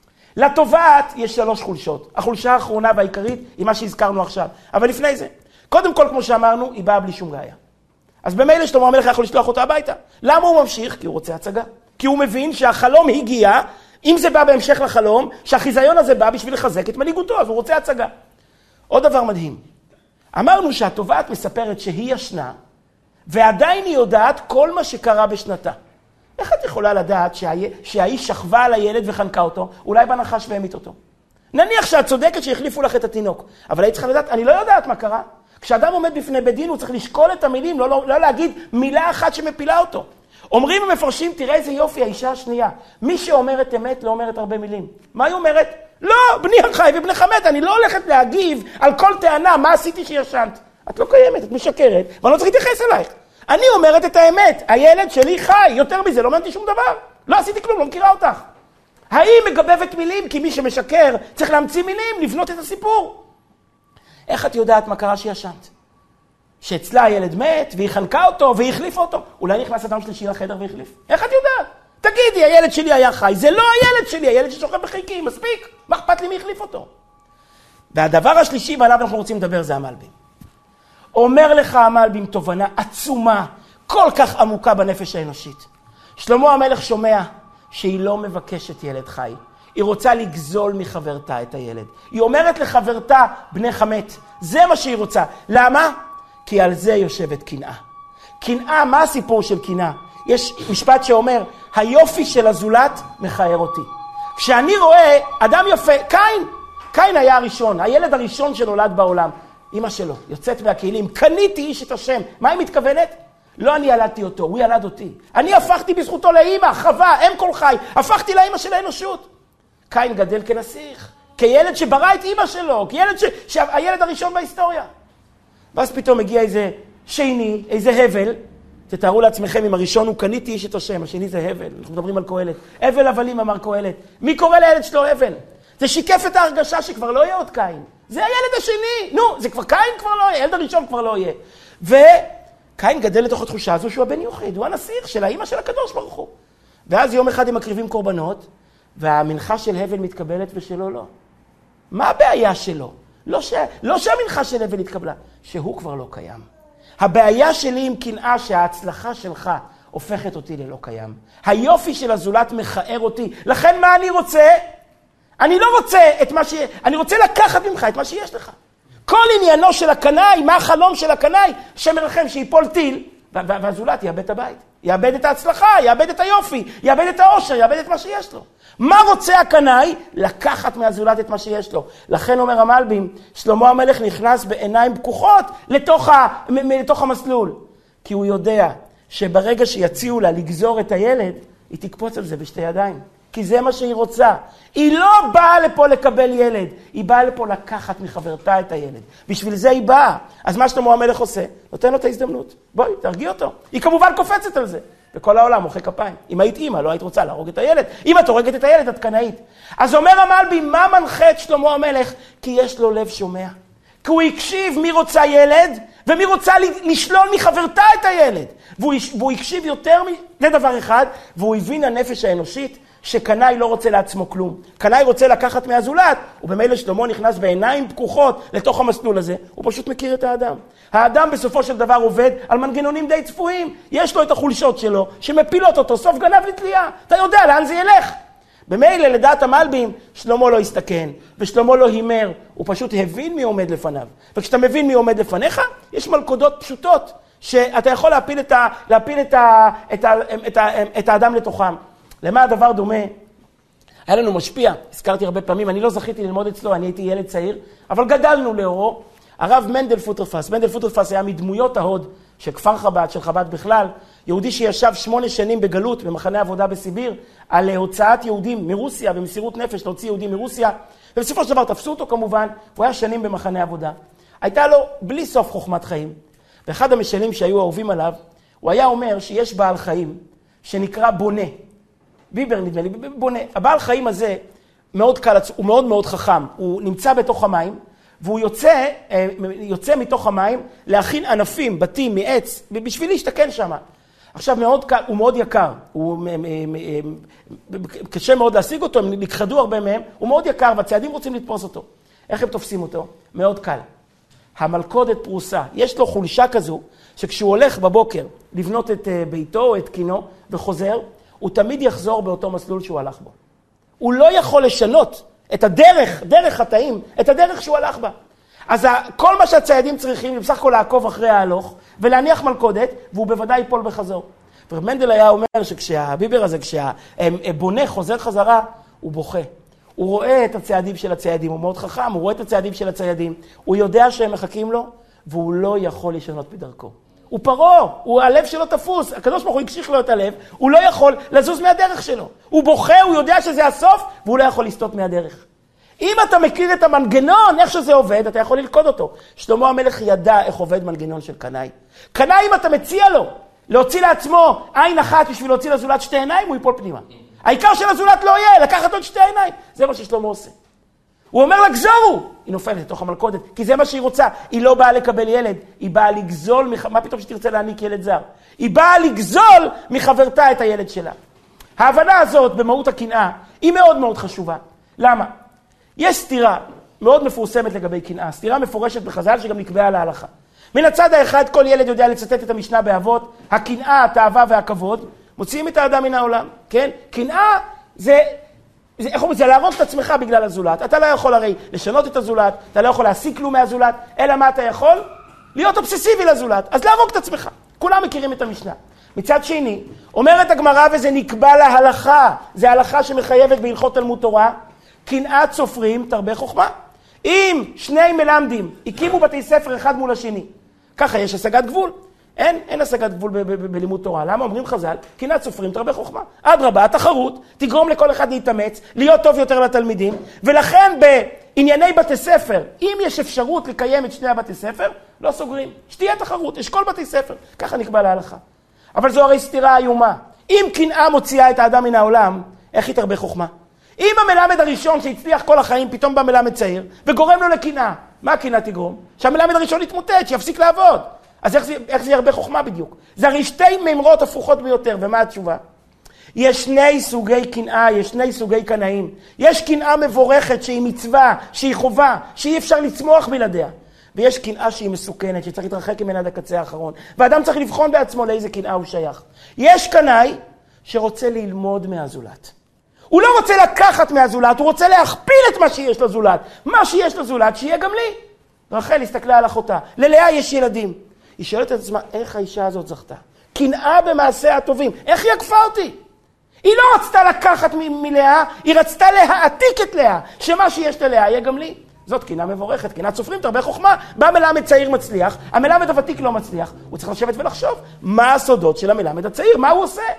A: לתובעת יש שלוש חולשות. החולשה האחרונה והעיקרית היא מה שהזכרנו עכשיו. אבל לפני זה, קודם כל, כמו שאמרנו, היא באה בלי שום ראיה. אז במילא שלמה המלך יכול לשלוח אותה הביתה. למה הוא ממשיך? כי הוא רוצה הצגה. כי הוא מבין שהחלום הגיע, אם זה בא בהמשך לחלום, שהחיזיון הזה בא בשביל לחזק את מנהיגותו, אז הוא רוצה הצגה. עוד דבר מדהים. אמרנו שהתובעת מספרת שהיא ישנה, ועדיין היא יודעת כל מה שקרה בשנתה. איך את יכולה לדעת שהאיש שכבה על הילד וחנקה אותו, אולי בנחש והמית אותו? נניח שאת צודקת שהחליפו לך את התינוק, אבל היית צריכה לדעת, אני לא יודעת מה קרה. כשאדם עומד בפני בית דין, הוא צריך לשקול את המילים, לא, לא, לא להגיד מילה אחת שמפילה אותו. אומרים המפרשים, תראה איזה יופי, האישה השנייה. מי שאומרת אמת לא אומרת הרבה מילים. מה היא אומרת? לא, בני החי ובני חמת, אני לא הולכת להגיב על כל טענה, מה עשיתי שישנת? את לא קיימת, את משקרת, ואני לא צריך להתייחס אלייך. אני אומרת את האמת, הילד שלי חי, יותר מזה, לא מענתי שום דבר. לא עשיתי כלום, לא מכירה אותך. האם מגבבת מילים? כי מי שמשקר צריך להמציא מילים, לבנות את הסיפור. איך את יודעת מה קרה שישנת? שאצלה הילד מת, והיא חנקה אותו, והיא החליפה אותו. אולי נכנס אדם שלישי לחדר והחליף. איך את יודעת? תגידי, הילד שלי היה חי. זה לא הילד שלי, הילד ששוכב בחיקי, מספיק. מה אכפת לי מי החליף אותו? והדבר השלישי, ועליו אנחנו רוצים לדבר, זה המלבים. אומר לך המלבים תובנה עצומה, כל כך עמוקה בנפש האנושית. שלמה המלך שומע שהיא לא מבקשת ילד חי. היא רוצה לגזול מחברתה את הילד. היא אומרת לחברתה, בני חמת. זה מה שהיא רוצה. למה? כי על זה יושבת קנאה. קנאה, מה הסיפור של קנאה? יש משפט שאומר, היופי של הזולת מכער אותי. כשאני רואה אדם יפה, קין, קין היה הראשון, הילד הראשון שנולד בעולם. אמא שלו, יוצאת מהכלים, קניתי איש את השם. מה היא מתכוונת? לא אני ילדתי אותו, הוא ילד אותי. אני הפכתי בזכותו לאמא, חווה, אם כל חי, הפכתי לאמא של האנושות. קין גדל כנסיך, כילד שברא את אמא שלו, כילד ש... שהילד הראשון בהיסטוריה. ואז פתאום מגיע איזה שני, איזה הבל. תתארו לעצמכם, אם הראשון הוא קניתי איש את השם, השני זה הבל. אנחנו מדברים על קהלת. הבל הבלים אמר קהלת. מי קורא לילד שלו הבל? זה שיקף את ההרגשה שכבר לא יהיה עוד קין. זה הילד השני. נו, זה כבר קין כבר לא יהיה, הילד הראשון כבר לא יהיה. וקין גדל לתוך התחושה הזו שהוא הבן יוחד, הוא הנסיך של האמא של הקדוש ברוך הוא. ואז יום אחד הם מקריבים קורבנות, והמנחה של הבל מתקבלת ושלו לא. מה הבעיה שלו? לא, ש... לא שהמנחה של הבל התקבלה, שהוא כבר לא קיים. הבעיה שלי עם קנאה שההצלחה שלך הופכת אותי ללא קיים. היופי של הזולת מכער אותי. לכן מה אני רוצה? אני לא רוצה את מה ש... אני רוצה לקחת ממך את מה שיש לך. כל עניינו של הקנאי, מה החלום של הקנאי? שמרחם שיפול טיל, והזולת יאבד את הבית. יאבד את ההצלחה, יאבד את היופי, יאבד את האושר, יאבד את מה שיש לו. מה רוצה הקנאי? לקחת מהזולת את מה שיש לו. לכן אומר המלבים, שלמה המלך נכנס בעיניים פקוחות לתוך, ה... לתוך המסלול. כי הוא יודע שברגע שיציעו לה לגזור את הילד, היא תקפוץ על זה בשתי ידיים. כי זה מה שהיא רוצה. היא לא באה לפה לקבל ילד, היא באה לפה לקחת מחברתה את הילד. בשביל זה היא באה. אז מה שלמה המלך עושה? נותן לו את ההזדמנות. בואי, תרגיע אותו. היא כמובן קופצת על זה. וכל העולם מוחא כפיים. אם היית אימא, לא היית רוצה להרוג את הילד. אם את הורגת את הילד, את קנאית. אז אומר המלבי, מה מנחה את שלמה המלך? כי יש לו לב שומע. כי הוא הקשיב מי רוצה ילד, ומי רוצה לשלול מחברתה את הילד. והוא, והוא הקשיב יותר לדבר אחד, והוא הבין הנפש האנושית, שקנאי לא רוצה לעצמו כלום. קנאי רוצה לקחת מהזולת, ובמילא שלמה נכנס בעיניים פקוחות לתוך המסלול הזה, הוא פשוט מכיר את האדם. האדם בסופו של דבר עובד על מנגנונים די צפויים. יש לו את החולשות שלו, שמפילות אותו, סוף גנב לתלייה. אתה יודע לאן זה ילך. במילא לדעת המלבים, שלמה לא הסתכן, ושלמה לא הימר, הוא פשוט הבין מי עומד לפניו. וכשאתה מבין מי עומד לפניך, יש מלכודות פשוטות, שאתה יכול להפיל את, ה, להפיל את, ה, את, ה, את, ה, את האדם לתוכם. למה הדבר דומה? היה לנו משפיע, הזכרתי הרבה פעמים, אני לא זכיתי ללמוד אצלו, אני הייתי ילד צעיר, אבל גדלנו לאורו, הרב מנדל פוטרפס. מנדל פוטרפס היה מדמויות ההוד של כפר חב"ד, של חב"ד בכלל, יהודי שישב שמונה שנים בגלות במחנה עבודה בסיביר, על הוצאת יהודים מרוסיה, במסירות נפש להוציא יהודים מרוסיה, ובסופו של דבר תפסו אותו כמובן, והוא היה שנים במחנה עבודה. הייתה לו בלי סוף חוכמת חיים, ואחד המשלים שהיו אהובים עליו, הוא היה אומר שיש בעל חיים שנקרא בונה. ביבר נדמה לי, בונה. הבעל חיים הזה מאוד קל, הוא מאוד מאוד חכם, הוא נמצא בתוך המים, והוא יוצא, יוצא מתוך המים להכין ענפים, בתים, מעץ, בשביל להשתכן שם. עכשיו מאוד קל, הוא מאוד יקר, הוא קשה מאוד להשיג אותו, הם נכחדו הרבה מהם, הוא מאוד יקר והציידים רוצים לתפוס אותו. איך הם תופסים אותו? מאוד קל. המלכודת פרוסה, יש לו חולשה כזו, שכשהוא הולך בבוקר לבנות את ביתו או את קינו וחוזר, הוא תמיד יחזור באותו מסלול שהוא הלך בו. הוא לא יכול לשנות את הדרך, דרך חטאים, את הדרך שהוא הלך בה. אז כל מה שהציידים צריכים, הוא בסך הכל לעקוב אחרי ההלוך, ולהניח מלכודת, והוא בוודאי ייפול בחזור. ומנדל היה אומר שכשהביבר הזה, כשהבונה חוזר חזרה, הוא בוכה. הוא רואה את הציידים של הציידים, הוא מאוד חכם, הוא רואה את הציידים של הציידים, הוא יודע שהם מחכים לו, והוא לא יכול לשנות בדרכו. הוא פרעה, הוא, הלב שלו תפוס, הקדוש ברוך הוא הקשיח לו את הלב, הוא לא יכול לזוז מהדרך שלו. הוא בוכה, הוא יודע שזה הסוף, והוא לא יכול לסטות מהדרך. אם אתה מכיר את המנגנון, איך שזה עובד, אתה יכול ללכוד אותו. שלמה המלך ידע איך עובד מנגנון של קנאי. קנאי, אם אתה מציע לו להוציא לעצמו עין אחת בשביל להוציא לזולת שתי עיניים, הוא ייפול פנימה. העיקר של הזולת לא יהיה, לקחת עוד שתי עיניים. זה מה ששלמה עושה. הוא אומר לה, גזורו! היא נופלת לתוך המלכודת, כי זה מה שהיא רוצה. היא לא באה לקבל ילד, היא באה לגזול, מח... מה פתאום שתרצה להעניק ילד זר? היא באה לגזול מחברתה את הילד שלה. ההבנה הזאת במהות הקנאה היא מאוד מאוד חשובה. למה? יש סתירה מאוד מפורסמת לגבי קנאה, סתירה מפורשת בחז"ל שגם נקבעה להלכה. מן הצד האחד, כל ילד יודע לצטט את המשנה באבות, הקנאה, התאווה והכבוד, מוציאים את האדם מן העולם, כן? קנאה זה... זה, איך אומרים, זה להרוג את עצמך בגלל הזולת. אתה לא יכול הרי לשנות את הזולת, אתה לא יכול להשיג כלום מהזולת, אלא מה אתה יכול? להיות אובססיבי לזולת. אז להרוג את עצמך. כולם מכירים את המשנה. מצד שני, אומרת הגמרא וזה נקבע להלכה, זה הלכה שמחייבת בהלכות תלמוד תורה, קנאת סופרים תרבה חוכמה. אם שני מלמדים הקימו בתי ספר אחד מול השני, ככה יש השגת גבול. אין, אין השגת גבול ב- ב- ב- בלימוד תורה. למה אומרים חז"ל? קנאת סופרים תרבה חוכמה. אדרבה, התחרות תגרום לכל אחד להתאמץ, להיות טוב יותר לתלמידים, ולכן בענייני בתי ספר, אם יש אפשרות לקיים את שני הבתי ספר, לא סוגרים. שתהיה תחרות, יש כל בתי ספר. ככה נקבע להלכה. אבל זו הרי סתירה איומה. אם קנאה מוציאה את האדם מן העולם, איך היא תרבה חוכמה? אם המלמד הראשון שהצליח כל החיים פתאום בא מלמד צעיר, וגורם לו לקנאה, מה הקנאה תגרום? שהמלמד הראשון יתמוטט, שיפסיק לעבוד. אז איך זה, איך זה הרבה חוכמה בדיוק? זה הרי שתי מימרות הפוכות ביותר, ומה התשובה? יש שני סוגי קנאה, יש שני סוגי קנאים. יש קנאה מבורכת שהיא מצווה, שהיא חובה, שאי אפשר לצמוח בלעדיה. ויש קנאה שהיא מסוכנת, שצריך להתרחק ממנה עד הקצה האחרון. ואדם צריך לבחון בעצמו לאיזה קנאה הוא שייך. יש קנאי שרוצה ללמוד מהזולת. הוא לא רוצה לקחת מהזולת, הוא רוצה להכפיל את מה שיש לזולת. מה שיש לזולת, שיהיה גם לי. רחל הסתכלה על אחותה. ללאה יש ילדים. היא שואלת את עצמה, איך האישה הזאת זכתה? קנאה במעשה הטובים. איך היא עקפה אותי? היא לא רצתה לקחת מ- מלאה, היא רצתה להעתיק את לאה, שמה שיש ללאה יהיה גם לי. זאת קנאה מבורכת, קנאת סופרים תרבה חוכמה. בא מלמד צעיר מצליח, המלמד הוותיק לא מצליח. הוא צריך לשבת ולחשוב, מה הסודות של המלמד הצעיר? מה הוא עושה?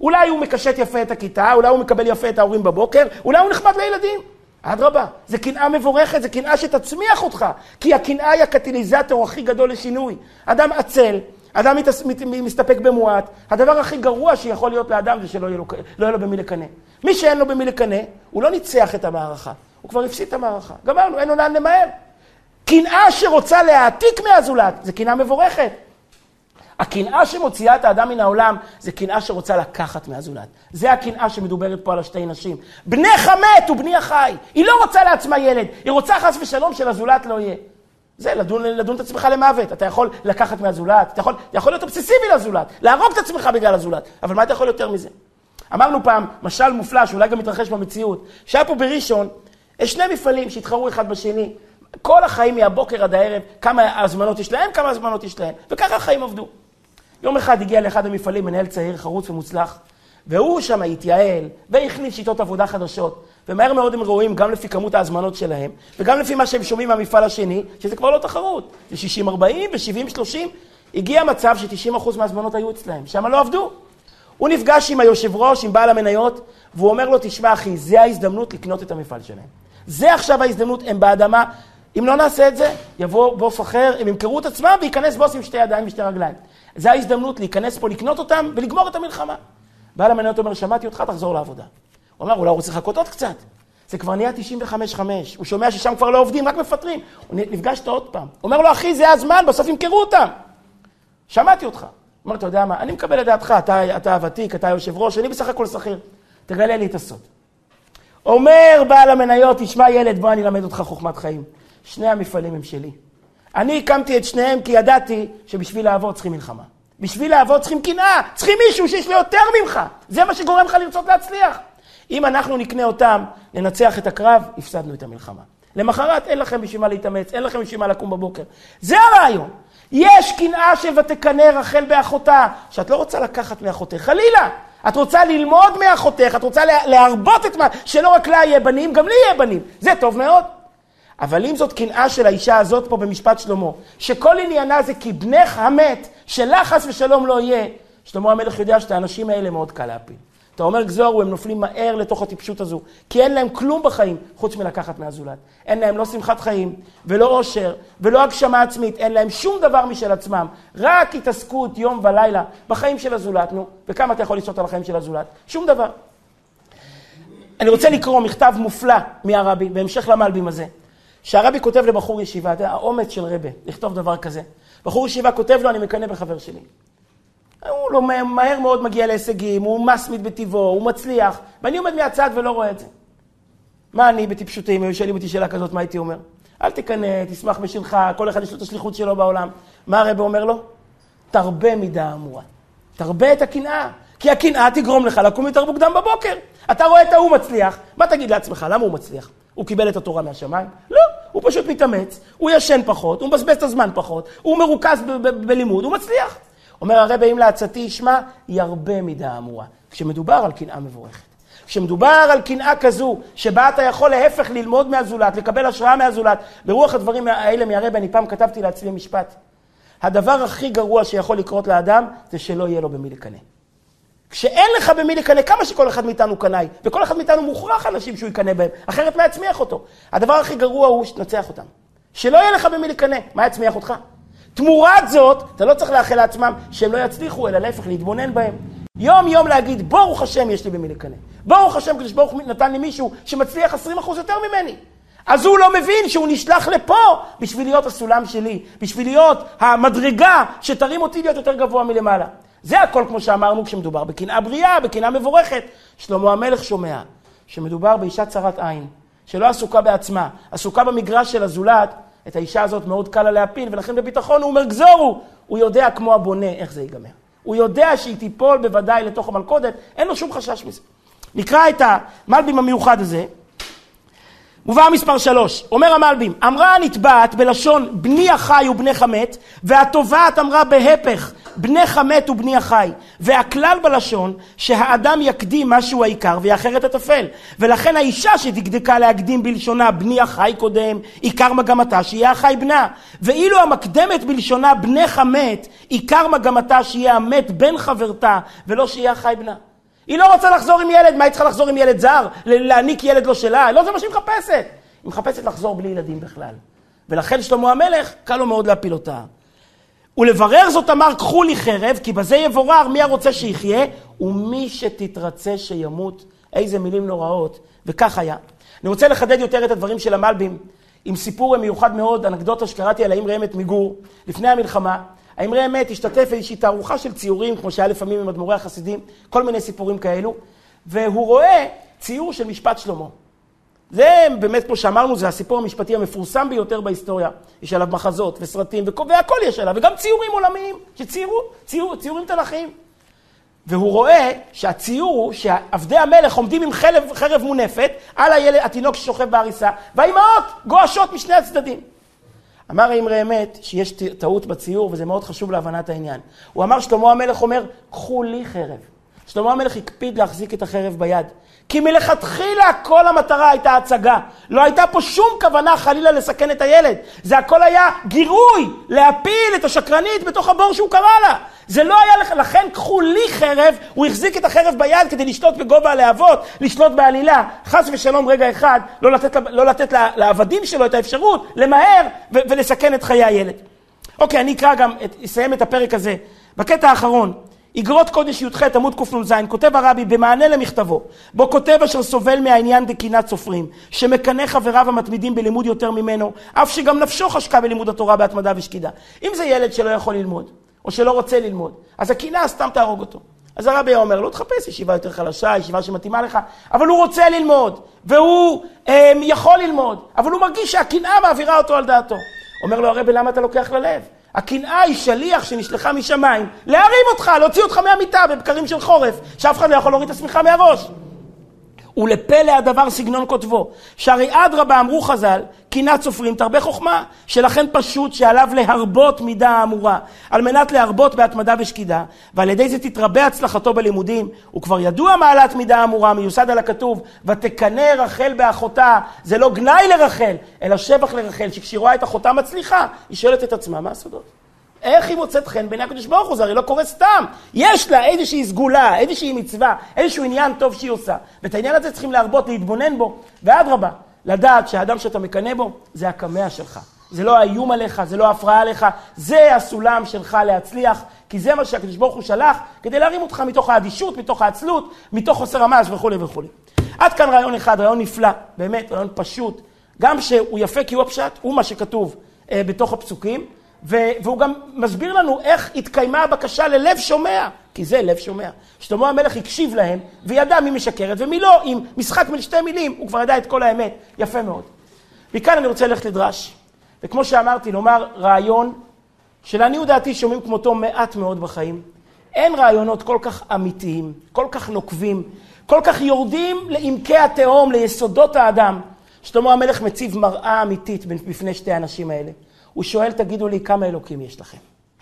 A: אולי הוא מקשט יפה את הכיתה, אולי הוא מקבל יפה את ההורים בבוקר, אולי הוא נחמד לילדים. אדרבה, זה קנאה מבורכת, זה קנאה שתצמיח אותך, כי הקנאה היא הקטליזטור הכי גדול לשינוי. אדם עצל, אדם מסתפק במועט, הדבר הכי גרוע שיכול להיות לאדם זה שלא יהיה לו, לא יהיה לו במי לקנה. מי שאין לו במי לקנה, הוא לא ניצח את המערכה, הוא כבר הפסיד את המערכה. גמרנו, אין לו לאן למהר. קנאה שרוצה להעתיק מהזולת, זה קנאה מבורכת. הקנאה שמוציאה את האדם מן העולם, זה קנאה שרוצה לקחת מהזולת. זה הקנאה שמדוברת פה על השתי נשים. בנך המת ובני החי. היא לא רוצה לעצמה ילד, היא רוצה חס ושלום של הזולת לא יהיה. זה לדון, לדון את עצמך למוות. אתה יכול לקחת מהזולת, אתה יכול, אתה יכול להיות אובססיבי לזולת, להרוג את עצמך בגלל הזולת. אבל מה אתה יכול יותר מזה? אמרנו פעם, משל מופלא, שאולי גם מתרחש במציאות, שהיה פה בראשון, יש שני מפעלים שהתחרו אחד בשני, כל החיים מהבוקר עד הערב, כמה הזמנות יש להם, כמה הזמנות יש להם, וככה החיים עבדו. יום אחד הגיע לאחד המפעלים, מנהל צעיר, חרוץ ומוצלח, והוא שם התייעל, והכניס שיטות עבודה חדשות, ומהר מאוד הם רואים גם לפי כמות ההזמנות שלהם, וגם לפי מה שהם שומעים מהמפעל השני, שזה כבר לא תחרות, זה שישים ארבעים ו-שבעים שלושים, הגיע מצב ש-תשעים אחוז מההזמנות היו אצלהם, שם לא עבדו. הוא נפגש עם היושב ראש, עם בעל המניות, והוא אומר לו, תשמע אחי, זה ההזדמנות לקנות את המפעל שלהם. זה עכשיו ההזדמנות, הם באדמה, אם לא נעשה את זה, יבוא בוס אחר, הם ימכרו את עצמם וייכנס בוס עם שתי ידיים ושתי רגליים. זה ההזדמנות להיכנס פה, לקנות אותם ולגמור את המלחמה. בעל המניות אומר, שמעתי אותך, תחזור לעבודה. הוא אומר, אולי הוא רוצה לחכות עוד קצת. זה כבר נהיה תשעים וחמש חמש. הוא שומע ששם כבר לא עובדים, רק מפטרים. הוא נפגש אותו עוד פעם. הוא אומר לו, אחי, זה הזמן, בסוף ימכרו אותם. שמעתי אותך. הוא אומר, אתה יודע מה, אני מקבל את דעתך, אתה, אתה הוותיק, אתה היושב ראש, אני בסך הכל שכיר. תגלה לי את הסוד. אומר בעל המניות, תשמע ילד, בוא אני אלמד אותך חוכמת חיים. שני המפעלים הם שלי. אני הקמתי את שניהם כי ידעתי שבשביל לעבוד צריכים מלחמה. בשביל לעבוד צריכים קנאה, צריכים מישהו שיש לו יותר ממך. זה מה שגורם לך לרצות להצליח. אם אנחנו נקנה אותם, לנצח את הקרב, הפסדנו את המלחמה. למחרת אין לכם בשביל מה להתאמץ, אין לכם בשביל מה לקום בבוקר. זה הרעיון. יש קנאה שבתקנה רחל באחותה, שאת לא רוצה לקחת מאחותך, חלילה. את רוצה ללמוד מאחותך, את רוצה להרבות את מה, שלא רק לה יהיה בנים, גם לי יהיה בנים. זה טוב מאוד. אבל אם זאת קנאה של האישה הזאת פה במשפט שלמה, שכל עניינה זה כי בנך המת, שלחס ושלום לא יהיה, שלמה המלך יודע שאת האנשים האלה מאוד קל להפיל. אתה אומר גזורו, הם נופלים מהר לתוך הטיפשות הזו, כי אין להם כלום בחיים חוץ מלקחת מהזולת. אין להם לא שמחת חיים, ולא עושר, ולא הגשמה עצמית, אין להם שום דבר משל עצמם, רק התעסקות יום ולילה בחיים של הזולת, נו, וכמה אתה יכול לשתות על החיים של הזולת? שום דבר. אני רוצה לקרוא מכתב מופלא מהרבי, בהמשך למלבים הזה, שהרבי כותב לבחור ישיבה, זה האומץ של רבי, לכתוב דבר כזה. בחור ישיבה כותב לו, אני מקנא בחבר שלי. הוא לא מהר מאוד מגיע להישגים, הוא מסמיד בטבעו, הוא מצליח, ואני עומד מהצד ולא רואה את זה. מה אני בטיפשותי, אם היו שואלים אותי שאלה כזאת, מה הייתי אומר? אל תקנא, תשמח בשלך, כל אחד יש לו את השליחות שלו בעולם. מה הרבי אומר לו? תרבה מידה אמורה. תרבה את הקנאה, כי הקנאה תגרום לך לקום יותר מוקדם בבוקר. אתה רואה את ההוא מצליח, מה תגיד לעצמך? למה הוא מצליח? הוא קיבל את התורה מהשמיים? לא, הוא פשוט מתאמץ, הוא ישן פחות, הוא מבזבז את הזמן פחות, הוא מרוכז ב- ב- בלימוד, הוא מצליח. אומר הרבי, אם לעצתי ישמע, ירבה מידה אמורה. כשמדובר על קנאה מבורכת. כשמדובר על קנאה כזו, שבה אתה יכול להפך ללמוד מהזולת, לקבל השראה מהזולת, ברוח הדברים האלה מהרבי, אני פעם כתבתי לעצמי משפט. הדבר הכי גרוע שיכול לקרות לאדם, זה שלא יהיה לו במי לקנא. כשאין לך במי לקנא, כמה שכל אחד מאיתנו קנאי, וכל אחד מאיתנו מוכרח אנשים שהוא יקנא בהם, אחרת מה יצמיח אותו? הדבר הכי גרוע הוא שתנצח אותם. שלא יהיה לך במי לקנא, מה יצמיח אותך? תמורת זאת, אתה לא צריך לאחל לעצמם שהם לא יצליחו, אלא להפך, להתבונן בהם. יום יום להגיד, ברוך השם יש לי במי לקנא. ברוך השם, כדי שברוך נתן לי מישהו שמצליח עשרים אחוז יותר ממני. אז הוא לא מבין שהוא נשלח לפה בשביל להיות הסולם שלי, בשביל להיות המדרגה שתרים אותי להיות יותר גבוה מלמעלה. זה הכל כמו שאמרנו כשמדובר בקנאה בריאה, בקנאה מבורכת. שלמה המלך שומע שמדובר באישה צרת עין, שלא עסוקה בעצמה, עסוקה במגרש של הזולת, את האישה הזאת מאוד קל לה להפיל, ולכן בביטחון הוא אומר גזורו, הוא יודע כמו הבונה איך זה ייגמר. הוא יודע שהיא תיפול בוודאי לתוך המלכודת, אין לו שום חשש מזה. נקרא את המלבים המיוחד הזה, מובא מספר שלוש, אומר המלבים, אמרה הנתבעת בלשון בני החי ובני המת, והתובעת אמרה בהפך, בני המת ובני החי, והכלל בלשון שהאדם יקדים משהו העיקר ואחרת התפל, ולכן האישה שדקדקה להקדים בלשונה בני החי קודם, עיקר מגמתה שיהיה החי בנה, ואילו המקדמת בלשונה בני המת, עיקר מגמתה שיהיה המת בן חברתה, ולא שיהיה החי בנה. היא לא רוצה לחזור עם ילד, מה היא צריכה לחזור עם ילד זר? להעניק ילד לא שלה? לא זה מה שהיא מחפשת. היא מחפשת לחזור בלי ילדים בכלל. ולכן שלמה המלך, קל לו מאוד להפיל אותה. ולברר זאת אמר, קחו לי חרב, כי בזה יבורר מי הרוצה שיחיה, ומי שתתרצה שימות. איזה מילים נוראות. וכך היה. אני רוצה לחדד יותר את הדברים של המלבים, עם סיפור מיוחד מאוד, אנקדוטה שקראתי על האמרי אמת מגור, לפני המלחמה. האמרי אמת השתתף באיזושהי תערוכה של ציורים, כמו שהיה לפעמים עם אדמו"רי החסידים, כל מיני סיפורים כאלו, והוא רואה ציור של משפט שלמה. זה באמת, כמו שאמרנו, זה הסיפור המשפטי המפורסם ביותר בהיסטוריה. יש עליו מחזות וסרטים, והכל יש עליו, וגם ציורים עולמיים, שציירו, ציור, ציורים תנכיים. והוא רואה שהציור הוא שעבדי המלך עומדים עם חרב, חרב מונפת על הילד, התינוק ששוכב בעריסה, והאימהות גועשות משני הצדדים. אמר האמרי אמת שיש טעות בציור, וזה מאוד חשוב להבנת העניין. הוא אמר, שלמה המלך אומר, קחו לי חרב. שלמה המלך הקפיד להחזיק את החרב ביד. כי מלכתחילה כל המטרה הייתה הצגה. לא הייתה פה שום כוונה חלילה לסכן את הילד. זה הכל היה גירוי, להפיל את השקרנית בתוך הבור שהוא קרא לה. זה לא היה לך, לכן קחו לי חרב, הוא החזיק את החרב ביד כדי לשתות בגובה הלהבות, לשתות בעלילה. חס ושלום רגע אחד, לא לתת, לא לתת לעבדים שלו את האפשרות למהר ו- ולסכן את חיי הילד. אוקיי, אני אקרא גם, את, אסיים את הפרק הזה. בקטע האחרון, אגרות קודש י"ח עמוד קנ"ז, כותב הרבי במענה למכתבו, בו כותב אשר סובל מהעניין דקינת סופרים, שמקנה חבריו המתמידים בלימוד יותר ממנו, אף שגם נפשו חשקה בלימוד התורה בהתמדה ושקידה. אם זה ילד שלא יכול ללמוד, או שלא רוצה ללמוד, אז הקינה סתם תהרוג אותו. אז הרבי אומר, לא תחפש ישיבה יותר חלשה, ישיבה שמתאימה לך, אבל הוא רוצה ללמוד, והוא אה, יכול ללמוד, אבל הוא מרגיש שהקנאה מעבירה אותו על דעתו. אומר לו הרבי, למה אתה לוקח ללב? הקנאה היא שליח שנשלחה משמיים, להרים אותך, להוציא אותך מהמיטה בבקרים של חורף, שאף אחד לא יכול להוריד את השמיכה מהראש. ולפלא הדבר סגנון כותבו, שהרי אדרבה אמרו חז"ל, קנאת סופרים תרבה חוכמה, שלכן פשוט שעליו להרבות מידה האמורה, על מנת להרבות בהתמדה ושקידה, ועל ידי זה תתרבה הצלחתו בלימודים, וכבר ידוע מעלת מידה האמורה, מיוסד על הכתוב, ותקנא רחל באחותה, זה לא גנאי לרחל, אלא שבח לרחל, שכשהיא רואה את אחותה מצליחה, היא שואלת את עצמה, מה הסודות? איך היא מוצאת חן בעיני הקדוש ברוך הוא? זה הרי לא קורה סתם. יש לה איזושהי סגולה, איזושהי מצווה, איזשהו עניין טוב שהיא עושה. ואת העניין הזה צריכים להרבות, להתבונן בו. ואדרבה, לדעת שהאדם שאתה מקנא בו, זה הקמע שלך. זה לא האיום עליך, זה לא ההפרעה עליך, זה הסולם שלך להצליח, כי זה מה שהקדוש ברוך הוא שלח, כדי להרים אותך מתוך האדישות, מתוך העצלות, מתוך חוסר המעש וכו' וכו'. עד כאן רעיון אחד, רעיון נפלא, באמת, רעיון פשוט. גם שהוא יפה כי הוא הפשט, הוא מה שכתוב אה, בתוך הפסוקים, והוא גם מסביר לנו איך התקיימה הבקשה ללב שומע, כי זה לב שומע. שלמה המלך הקשיב להם וידע מי משקרת ומי לא, עם משחק בין שתי מילים, הוא כבר ידע את כל האמת, יפה מאוד. וכאן אני רוצה ללכת לדרש, וכמו שאמרתי, לומר רעיון שלעניות דעתי שומעים כמותו מעט מאוד בחיים. אין רעיונות כל כך אמיתיים, כל כך נוקבים, כל כך יורדים לעמקי התהום, ליסודות האדם. שלמה המלך מציב מראה אמיתית בפני שתי האנשים האלה. הוא שואל, תגידו לי, כמה אלוקים יש לכם?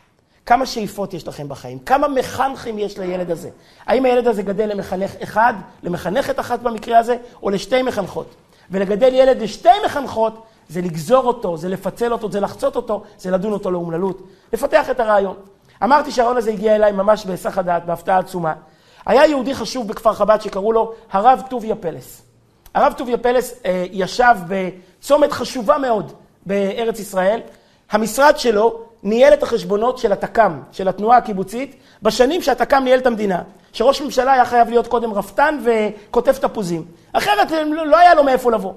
A: כמה שאיפות יש לכם בחיים? כמה מחנכים יש לילד הזה? האם הילד הזה גדל למחנך אחד, למחנכת אחת במקרה הזה, או לשתי מחנכות? ולגדל ילד לשתי מחנכות, זה לגזור אותו, זה לפצל אותו, זה לחצות אותו, זה לדון אותו לאומללות. לפתח את הרעיון. אמרתי שהרעיון הזה הגיע אליי ממש בהיסח הדעת, בהפתעה עצומה. היה יהודי חשוב בכפר חב"ד שקראו לו הרב טוביה פלס. הרב טוביה פלס אה, ישב בצומת חשובה מאוד בארץ ישראל. המשרד שלו ניהל את החשבונות של התק"ם, של התנועה הקיבוצית, בשנים שהתק"ם ניהל את המדינה. שראש ממשלה היה חייב להיות קודם רפתן וכותב תפוזים. אחרת לא היה לו מאיפה לבוא.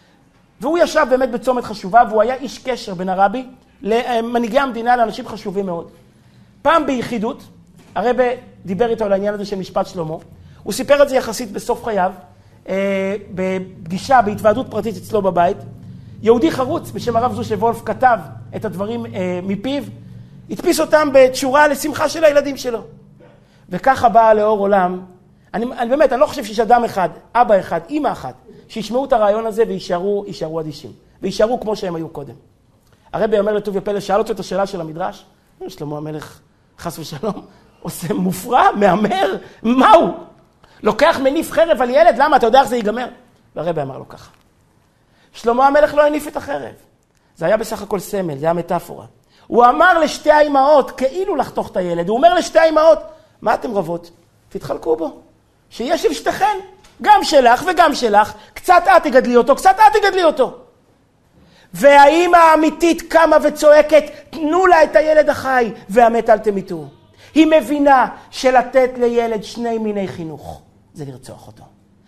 A: והוא ישב באמת בצומת חשובה, והוא היה איש קשר בין הרבי למנהיגי המדינה, לאנשים חשובים מאוד. פעם ביחידות, הרבי דיבר איתו על העניין הזה של משפט שלמה. הוא סיפר את זה יחסית בסוף חייו, בפגישה, בהתוועדות פרטית אצלו בבית. יהודי חרוץ בשם הרב זושה וולף כתב את הדברים אה, מפיו, הדפיס אותם בתשורה לשמחה של הילדים שלו. וככה באה לאור עולם. אני, אני באמת, אני לא חושב שיש אדם אחד, אבא אחד, אמא אחת, שישמעו את הרעיון הזה וישארו, ישארו אדישים. וישארו כמו שהם היו קודם. הרבי אומר לטוביה פלס, שאל אותו את השאלה של המדרש, שלמה המלך, חס ושלום, עושה מופרע, מאמר, מהו? לוקח מניף חרב על ילד, למה? אתה יודע איך זה ייגמר? והרבי אמר לו ככה. שלמה המלך לא הניף את החרב. זה היה בסך הכל סמל, זה היה מטאפורה. הוא אמר לשתי האימהות, כאילו לחתוך את הילד, הוא אומר לשתי האימהות, מה אתם רבות? תתחלקו בו. שיש של שתיכן, גם שלך וגם שלך, קצת את תגדלי אותו, קצת את תגדלי אותו. והאמא האמיתית קמה וצועקת, תנו לה את הילד החי, והמת אל תמיתו. היא מבינה שלתת לילד שני מיני חינוך, זה לרצוח אותו.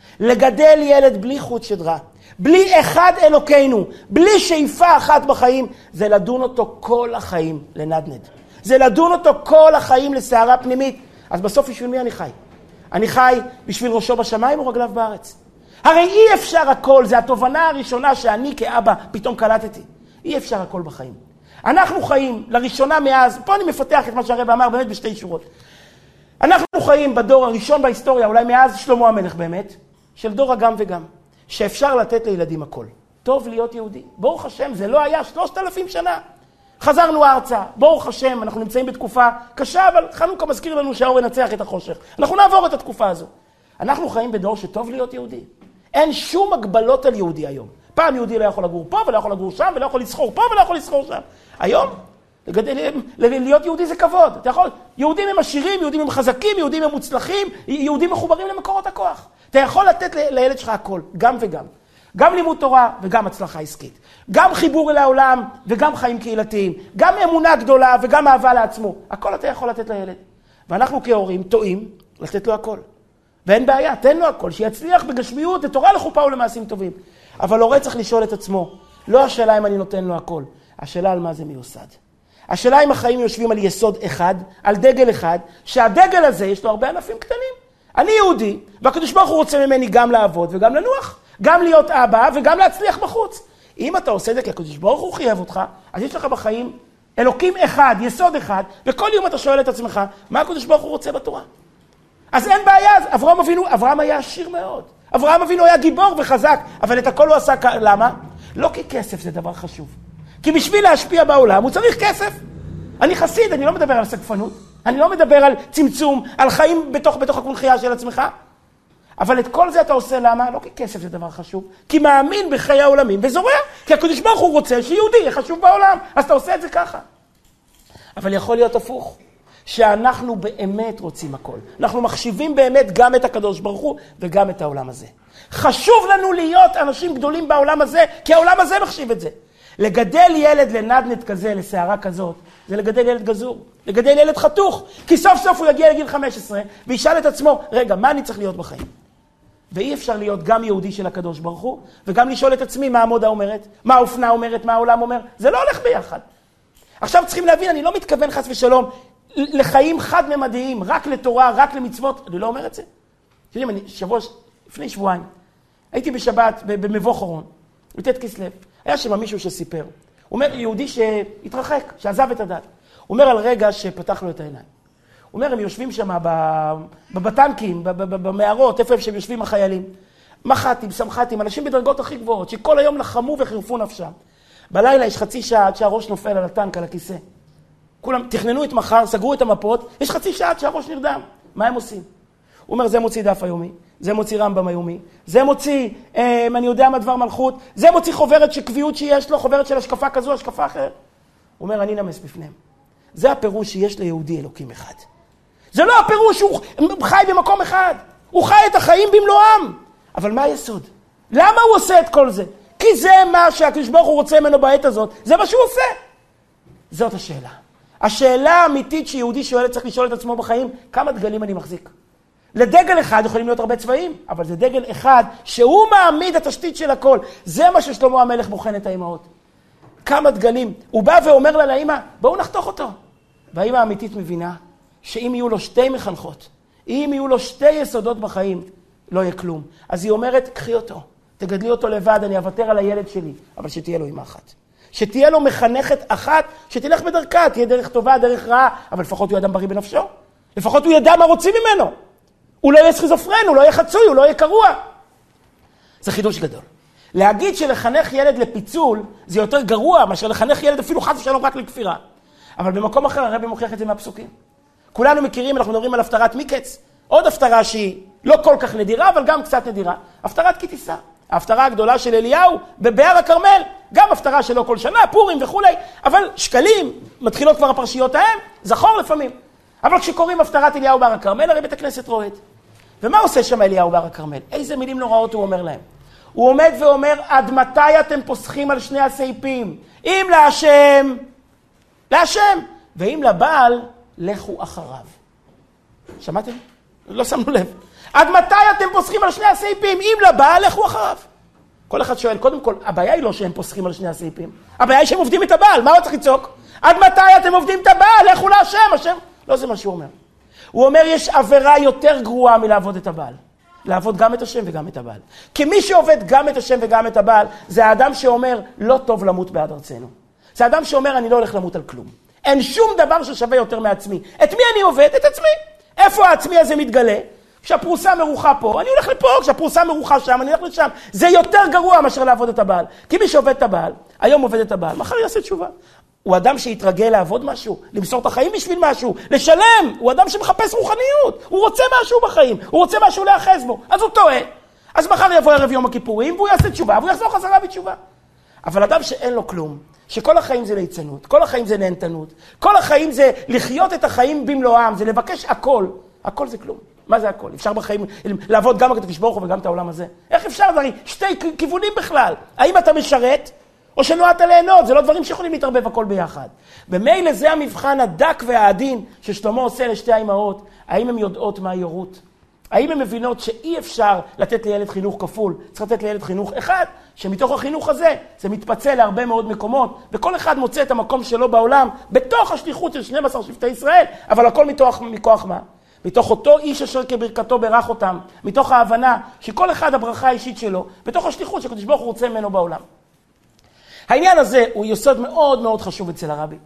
A: לגדל ילד בלי חוט שדרה, בלי אחד אלוקינו, בלי שאיפה אחת בחיים, זה לדון אותו כל החיים לנדנד. זה לדון אותו כל החיים לסערה פנימית. אז בסוף בשביל מי אני חי? אני חי בשביל ראשו בשמיים או רגליו בארץ? הרי אי אפשר הכל, זה התובנה הראשונה שאני כאבא פתאום קלטתי. אי אפשר הכל בחיים. אנחנו חיים לראשונה מאז, פה אני מפתח את מה שהרב אמר באמת בשתי שורות. אנחנו חיים בדור הראשון בהיסטוריה, אולי מאז שלמה המלך באמת, של דור הגם וגם, שאפשר לתת לילדים הכל. טוב להיות יהודי. ברוך השם, זה לא היה שלושת אלפים שנה. חזרנו ארצה, ברוך השם, אנחנו נמצאים בתקופה קשה, אבל חנוכה מזכיר לנו שהאור ינצח את החושך. אנחנו נעבור את התקופה הזו. אנחנו חיים בדור שטוב להיות יהודי. אין שום הגבלות על יהודי היום. פעם יהודי לא יכול לגור פה ולא יכול לגור שם, ולא יכול לסחור פה ולא יכול לסחור שם. היום, לגדל, להיות יהודי זה כבוד. אתה יכול, יהודים הם עשירים, יהודים הם חזקים, יהודים הם מוצלחים, יהודים מחוברים למקורות הכוח. אתה יכול לתת לילד שלך הכל, גם וגם. גם לימוד תורה וגם הצלחה עסקית. גם חיבור אל העולם וגם חיים קהילתיים. גם אמונה גדולה וגם אהבה לעצמו. הכל אתה יכול לתת לילד. ואנחנו כהורים טועים לתת לו הכל. ואין בעיה, תן לו הכל, שיצליח בגשמיות, לתורה לחופה ולמעשים טובים. אבל הורה צריך לשאול את עצמו, לא השאלה אם אני נותן לו הכל, השאלה על מה זה מיוסד. השאלה אם החיים יושבים על יסוד אחד, על דגל אחד, שהדגל הזה יש לו הרבה ענפים קטנים. אני יהודי, והקדוש ברוך הוא רוצה ממני גם לעבוד וגם לנוח, גם להיות אבא וגם להצליח בחוץ. אם אתה עושה את זה כי הקדוש ברוך הוא חייב אותך, אז יש לך בחיים אלוקים אחד, יסוד אחד, וכל יום אתה שואל את עצמך, מה הקדוש ברוך הוא רוצה בתורה? אז אין בעיה, אברהם אבינו, אברהם היה עשיר מאוד. אברהם אבינו היה גיבור וחזק, אבל את הכל הוא עשה, למה? לא כי כסף זה דבר חשוב. כי בשביל להשפיע בעולם הוא צריך כסף. אני חסיד, אני לא מדבר על סגפנות, אני לא מדבר על צמצום, על חיים בתוך, בתוך הקונחייה של עצמך. אבל את כל זה אתה עושה למה? לא כי כסף זה דבר חשוב, כי מאמין בחיי העולמים וזורע, כי הקדוש ברוך הוא רוצה שיהודי יהיה חשוב בעולם, אז אתה עושה את זה ככה. אבל יכול להיות הפוך. שאנחנו באמת רוצים הכל. אנחנו מחשיבים באמת גם את הקדוש ברוך הוא וגם את העולם הזה. חשוב לנו להיות אנשים גדולים בעולם הזה, כי העולם הזה מחשיב את זה. לגדל ילד לנדנד כזה, לסערה כזאת, זה לגדל ילד גזור. לגדל ילד חתוך, כי סוף סוף הוא יגיע לגיל חמש עשרה וישאל את עצמו, רגע, מה אני צריך להיות בחיים? ואי אפשר להיות גם יהודי של הקדוש ברוך הוא, וגם לשאול את עצמי מה המודה אומרת, מה האופנה אומרת, מה העולם אומר. זה לא הולך ביחד. עכשיו צריכים להבין, אני לא מתכוון חס ושלום, לחיים חד-ממדיים, רק לתורה, רק למצוות, אני לא אומר את זה. תראים, אני שבוע, לפני שבועיים, הייתי בשבת במבוא חורון, בט' כסלו, היה שם מישהו שסיפר, הוא אומר, יהודי שהתרחק, שעזב את הדת, הוא אומר על רגע שפתח לו את העיניים. הוא אומר, הם יושבים שם בטנקים, במערות, איפה שהם יושבים החיילים, מח"טים, סמח"טים, אנשים בדרגות הכי גבוהות, שכל היום לחמו וחירפו נפשם. בלילה יש חצי שעה עד שהראש נופל על הטנק, על הכיסא. כולם תכננו את מחר, סגרו את המפות, יש חצי שעה עד שהראש נרדם. מה הם עושים? הוא אומר, זה מוציא דף היומי, זה מוציא רמב"ם היומי, זה מוציא, אה, אני יודע מה דבר מלכות, זה מוציא חוברת שקביעות שיש לו, חוברת של השקפה כזו, השקפה אחרת. הוא אומר, אני נמס בפניהם. זה הפירוש שיש ליהודי אלוקים אחד. זה לא הפירוש שהוא חי במקום אחד. הוא חי את החיים במלואם. אבל מה היסוד? למה הוא עושה את כל זה? כי זה מה שהקדוש ברוך הוא רוצה ממנו בעת הזאת. זה מה שהוא עושה. זאת השאלה. השאלה האמיתית שיהודי שואל, צריך לשאול את עצמו בחיים, כמה דגלים אני מחזיק? לדגל אחד יכולים להיות הרבה צבעים, אבל זה דגל אחד שהוא מעמיד התשתית של הכל. זה מה ששלמה המלך בוחן את האימהות. כמה דגלים. הוא בא ואומר לה לאמא, בואו נחתוך אותו. והאמא האמיתית מבינה שאם יהיו לו שתי מחנכות, אם יהיו לו שתי יסודות בחיים, לא יהיה כלום. אז היא אומרת, קחי אותו, תגדלי אותו לבד, אני אוותר על הילד שלי, אבל שתהיה לו אמא אחת. שתהיה לו מחנכת אחת, שתלך בדרכה, תהיה דרך טובה, דרך רעה, אבל לפחות הוא אדם בריא בנפשו. לפחות הוא ידע מה רוצים ממנו. הוא לא יהיה סכיזופרן, הוא לא יהיה חצוי, הוא לא יהיה קרוע. זה חידוש גדול. להגיד שלחנך ילד לפיצול, זה יותר גרוע מאשר לחנך ילד אפילו חס ושלום רק לכפירה. אבל במקום אחר הרבי מוכיח את זה מהפסוקים. כולנו מכירים, אנחנו מדברים על הפטרת מקץ, עוד הפטרה שהיא לא כל כך נדירה, אבל גם קצת נדירה. הפטרת כי תישא. ההפטרה הגדולה של אליהו בבהר הכרמל, גם הפטרה שלו כל שנה, פורים וכולי, אבל שקלים, מתחילות כבר הפרשיות ההם, זכור לפעמים. אבל כשקוראים הפטרת אליהו בהר הכרמל, הרי בית הכנסת רועד. ומה עושה שם אליהו בהר הכרמל? איזה מילים נוראות הוא אומר להם? הוא עומד ואומר, עד מתי אתם פוסחים על שני הסעיפים? אם להשם, להשם, ואם לבעל, לכו אחריו. שמעתם? לא שמנו לב. עד מתי אתם פוסחים על שני הסעיפים? אם לבעל, לכו אחריו. כל אחד שואל, קודם כל, הבעיה היא לא שהם פוסחים על שני הסעיפים. הבעיה היא שהם עובדים את הבעל. מה הוא צריך לצעוק? עד מתי אתם עובדים את הבעל? לכו להשם, השם. לא זה מה שהוא אומר. הוא אומר, יש עבירה יותר גרועה מלעבוד את הבעל. לעבוד גם את השם וגם את הבעל. כי מי שעובד גם את השם וגם את הבעל, זה האדם שאומר, לא טוב למות בעד ארצנו. זה האדם שאומר, אני לא הולך למות על כלום. אין שום דבר ששווה יותר מעצמי. את מי אני עובד? את עצמי. איפה העצמי הזה מתגלה? כשהפרוסה מרוחה פה, אני הולך לפה, כשהפרוסה מרוחה שם, אני הולך לשם. זה יותר גרוע מאשר לעבוד את הבעל. כי מי שעובד את הבעל, היום עובד את הבעל, מחר יעשה תשובה. הוא אדם שיתרגל לעבוד משהו, למסור את החיים בשביל משהו, לשלם. הוא אדם שמחפש רוחניות. הוא רוצה משהו בחיים, הוא רוצה משהו להאחז בו. אז הוא טועה. אז מחר יבוא ערב יום הכיפורים, והוא יעשה תשובה, והוא יחזור חזרה בתשובה. אבל אדם שאין לו כלום, שכל החיים זה ליצנות, כל החיים זה נהנתנות, כל החיים זה לחיות את החיים במלואם, זה לבקש הכל. הכל זה כלום. מה זה הכל? אפשר בחיים לעבוד גם את הקדוש ברוך הוא וגם את העולם הזה? איך אפשר? זה הרי שתי כיוונים בכלל. האם אתה משרת או שנועדת ליהנות? זה לא דברים שיכולים להתערבב הכל ביחד. במילא זה המבחן הדק והעדין ששלמה עושה לשתי האימהות. האם הן יודעות מה יורות? האם הן מבינות שאי אפשר לתת לילד חינוך כפול? צריך לתת לילד חינוך אחד, שמתוך החינוך הזה זה מתפצל להרבה מאוד מקומות, וכל אחד מוצא את המקום שלו בעולם, בתוך השליחות של שנים עשר שבטי ישראל, אבל הכל מתוך, מכוח מה? מתוך אותו איש אשר כברכתו ברך אותם, מתוך ההבנה שכל אחד הברכה האישית שלו, בתוך השליחות שקדוש ברוך הוא רוצה ממנו בעולם. העניין הזה הוא יסוד מאוד מאוד חשוב אצל הרבי.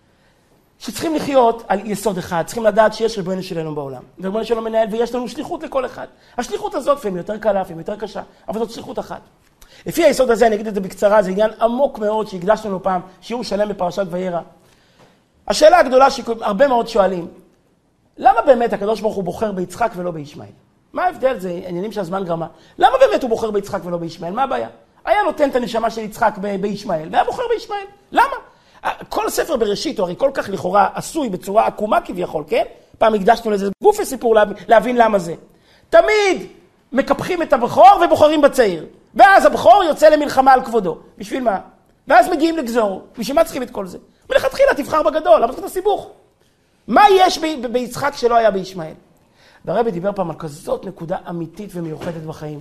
A: שצריכים לחיות על יסוד אחד, צריכים לדעת שיש ריבונו שלנו בעולם. וריבונו שלנו מנהל ויש לנו שליחות לכל אחד. השליחות הזאת לפעמים יותר קלה, לפעמים יותר קשה, אבל זאת שליחות אחת. לפי היסוד הזה, אני אגיד את זה בקצרה, זה עניין עמוק מאוד שהקדשנו לנו פעם, שיעור שלם בפרשת וירא. השאלה הגדולה שהרבה מאוד שואלים, למה באמת הקדוש ברוך הוא בוחר ביצחק ולא בישמעאל? מה ההבדל? זה עניינים שהזמן גרמה. למה באמת הוא בוחר ביצחק ולא בישמעאל? מה הבעיה? היה נותן את הנשמה של יצחק בישמעאל, והיה בוחר בישמעאל. למה? כל ספר בראשית הוא הרי כל כך לכאורה עשוי בצורה עקומה כביכול, כן? פעם הקדשנו לזה גוף וסיפור להבין למה זה. תמיד מקפחים את הבכור ובוחרים בצעיר. ואז הבכור יוצא למלחמה על כבודו. בשביל מה? ואז מגיעים לגזור. בשביל מה צריכים את כל זה? מלכתחילה תבחר בגדול, למה צריך את הסיבוך? מה יש ב- ב- ביצחק שלא היה בישמעאל? והרבי דיבר פעם על כזאת נקודה אמיתית ומיוחדת בחיים.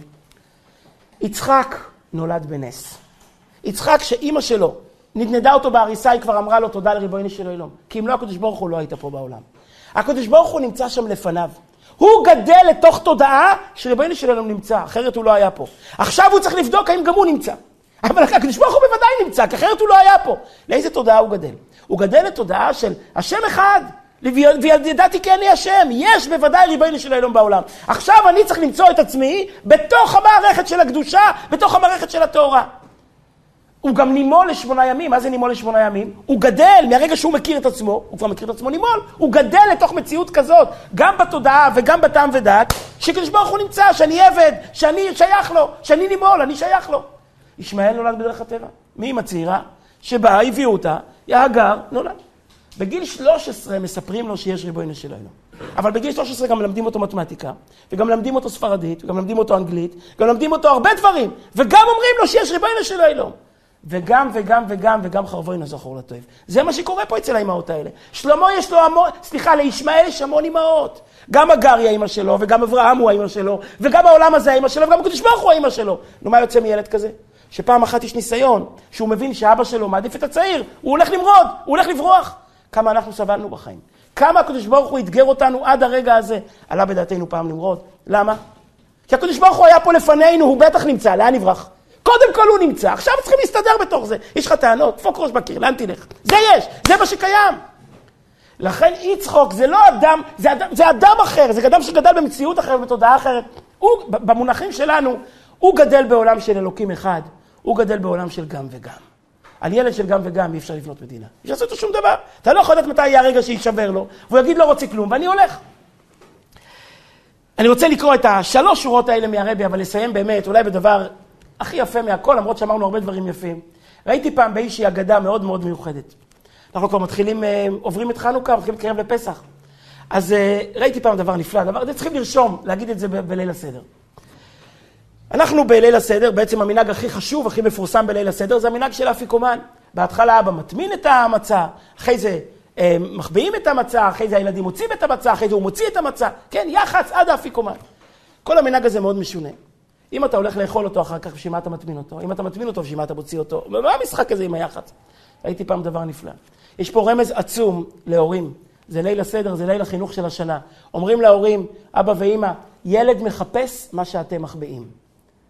A: יצחק נולד בנס. יצחק שאימא שלו נדנדה אותו בהריסה, היא כבר אמרה לו תודה לריבונו של עולם. כי אם לא הקדוש ברוך הוא לא היית פה בעולם. הקדוש ברוך הוא נמצא שם לפניו. הוא גדל לתוך תודעה שריבונו של עולם נמצא, אחרת הוא לא היה פה. עכשיו הוא צריך לבדוק האם גם הוא נמצא. אבל הקדוש ברוך הוא בוודאי נמצא, כי אחרת הוא לא היה פה. לאיזה תודעה הוא גדל? הוא גדל לתודעה של השם אחד. וידעתי כי אני השם, יש בוודאי ריבונו של עולם בעולם. עכשיו אני צריך למצוא את עצמי בתוך המערכת של הקדושה, בתוך המערכת של התורה. הוא גם נימול לשמונה ימים. מה זה נימול לשמונה ימים? הוא גדל, מהרגע שהוא מכיר את עצמו, הוא כבר מכיר את עצמו נימול, הוא גדל לתוך מציאות כזאת, גם בתודעה וגם בטעם ודעת, שקדוש ברוך הוא נמצא, שאני עבד, שאני שייך לו, שאני נימול, אני שייך לו. ישמעאל נולד בדרך הטבע. מי עם הצעירה? שבה הביאו אותה, הגר נולד. בגיל שלוש עשרה מספרים לו שיש ריבונו של עולם. אבל בגיל שלוש עשרה גם מלמדים אותו מתמטיקה, וגם מלמדים אותו ספרדית, וגם מלמדים אותו אנגלית, וגם מלמדים אותו הרבה דברים, וגם אומרים לו שיש ריבונו של עולם. וגם וגם וגם וגם חרבונו זכור לטוב. זה מה שקורה פה אצל האימהות האלה. שלמה יש לו המון, סליחה, לישמעאל יש המון אימהות. גם הגר היא האימא שלו, וגם אברהם הוא האימא שלו, וגם העולם הזה האימא שלו, וגם הקדוש ברוך הוא האימא שלו. נו, מה יוצא מילד כזה? שפעם אחת יש ניסיון, שהוא מבין שאבא שלו מעדיף את הצעיר, הוא הולך למרוד, הוא הולך לברוח. כמה אנחנו סבלנו בחיים. כמה הקדוש ברוך הוא יתגר אותנו עד הרגע הזה. עלה בדעתנו פעם למרוד. למה? כי הקדוש ברוך הוא היה פה לפנינו, הוא בטח נמצא, לאן נברח? קודם כל הוא נמצא, עכשיו צריכים להסתדר בתוך זה. יש לך טענות, דפוק ראש בקיר, לאן תלך? זה יש, זה מה שקיים. לכן יצחק זה לא אדם, זה אדם, זה אדם אחר, זה אדם שגדל במציאות אחרת, בתודעה אחרת. הוא, במונחים שלנו, הוא גדל בעולם של אלוקים אחד, הוא גדל בעולם של גם וגם. על ילד של גם וגם אי אפשר לבנות מדינה. אי אפשר לעשות לו שום דבר. אתה לא יכול לדעת מתי יהיה הרגע שישבר לו, והוא יגיד לא רוצה כלום, ואני הולך. אני רוצה לקרוא את השלוש שורות האלה מהרבי, אבל לסיים באמת, אולי בדבר הכי יפה מהכל, למרות שאמרנו הרבה דברים יפים. ראיתי פעם באיזושהי אגדה מאוד מאוד מיוחדת. אנחנו כבר מתחילים, עוברים את חנוכה, מתחילים להתקרב לפסח. אז ראיתי פעם דבר נפלא, דבר, אתם צריכים לרשום, להגיד את זה ב- בליל הסדר. אנחנו בליל הסדר, בעצם המנהג הכי חשוב, הכי מפורסם בליל הסדר, זה המנהג של האפיקומן. בהתחלה אבא מטמין את המצה, אחרי זה אה, מחביאים את המצה, אחרי זה הילדים מוצאים את המצה, אחרי זה הוא מוציא את המצה. כן, יחץ עד האפיקומן. כל המנהג הזה מאוד משונה. אם אתה הולך לאכול אותו אחר כך, בשביל מה אתה מטמין אותו? אם אתה מטמין אותו, בשביל מה אתה מוציא אותו? מה המשחק הזה עם היחץ? ראיתי פעם דבר נפלא. יש פה רמז עצום להורים. זה ליל הסדר, זה ליל החינוך של השנה. אומרים להורים, אבא ואמא, ילד מחפש מה שאתם מחביאים.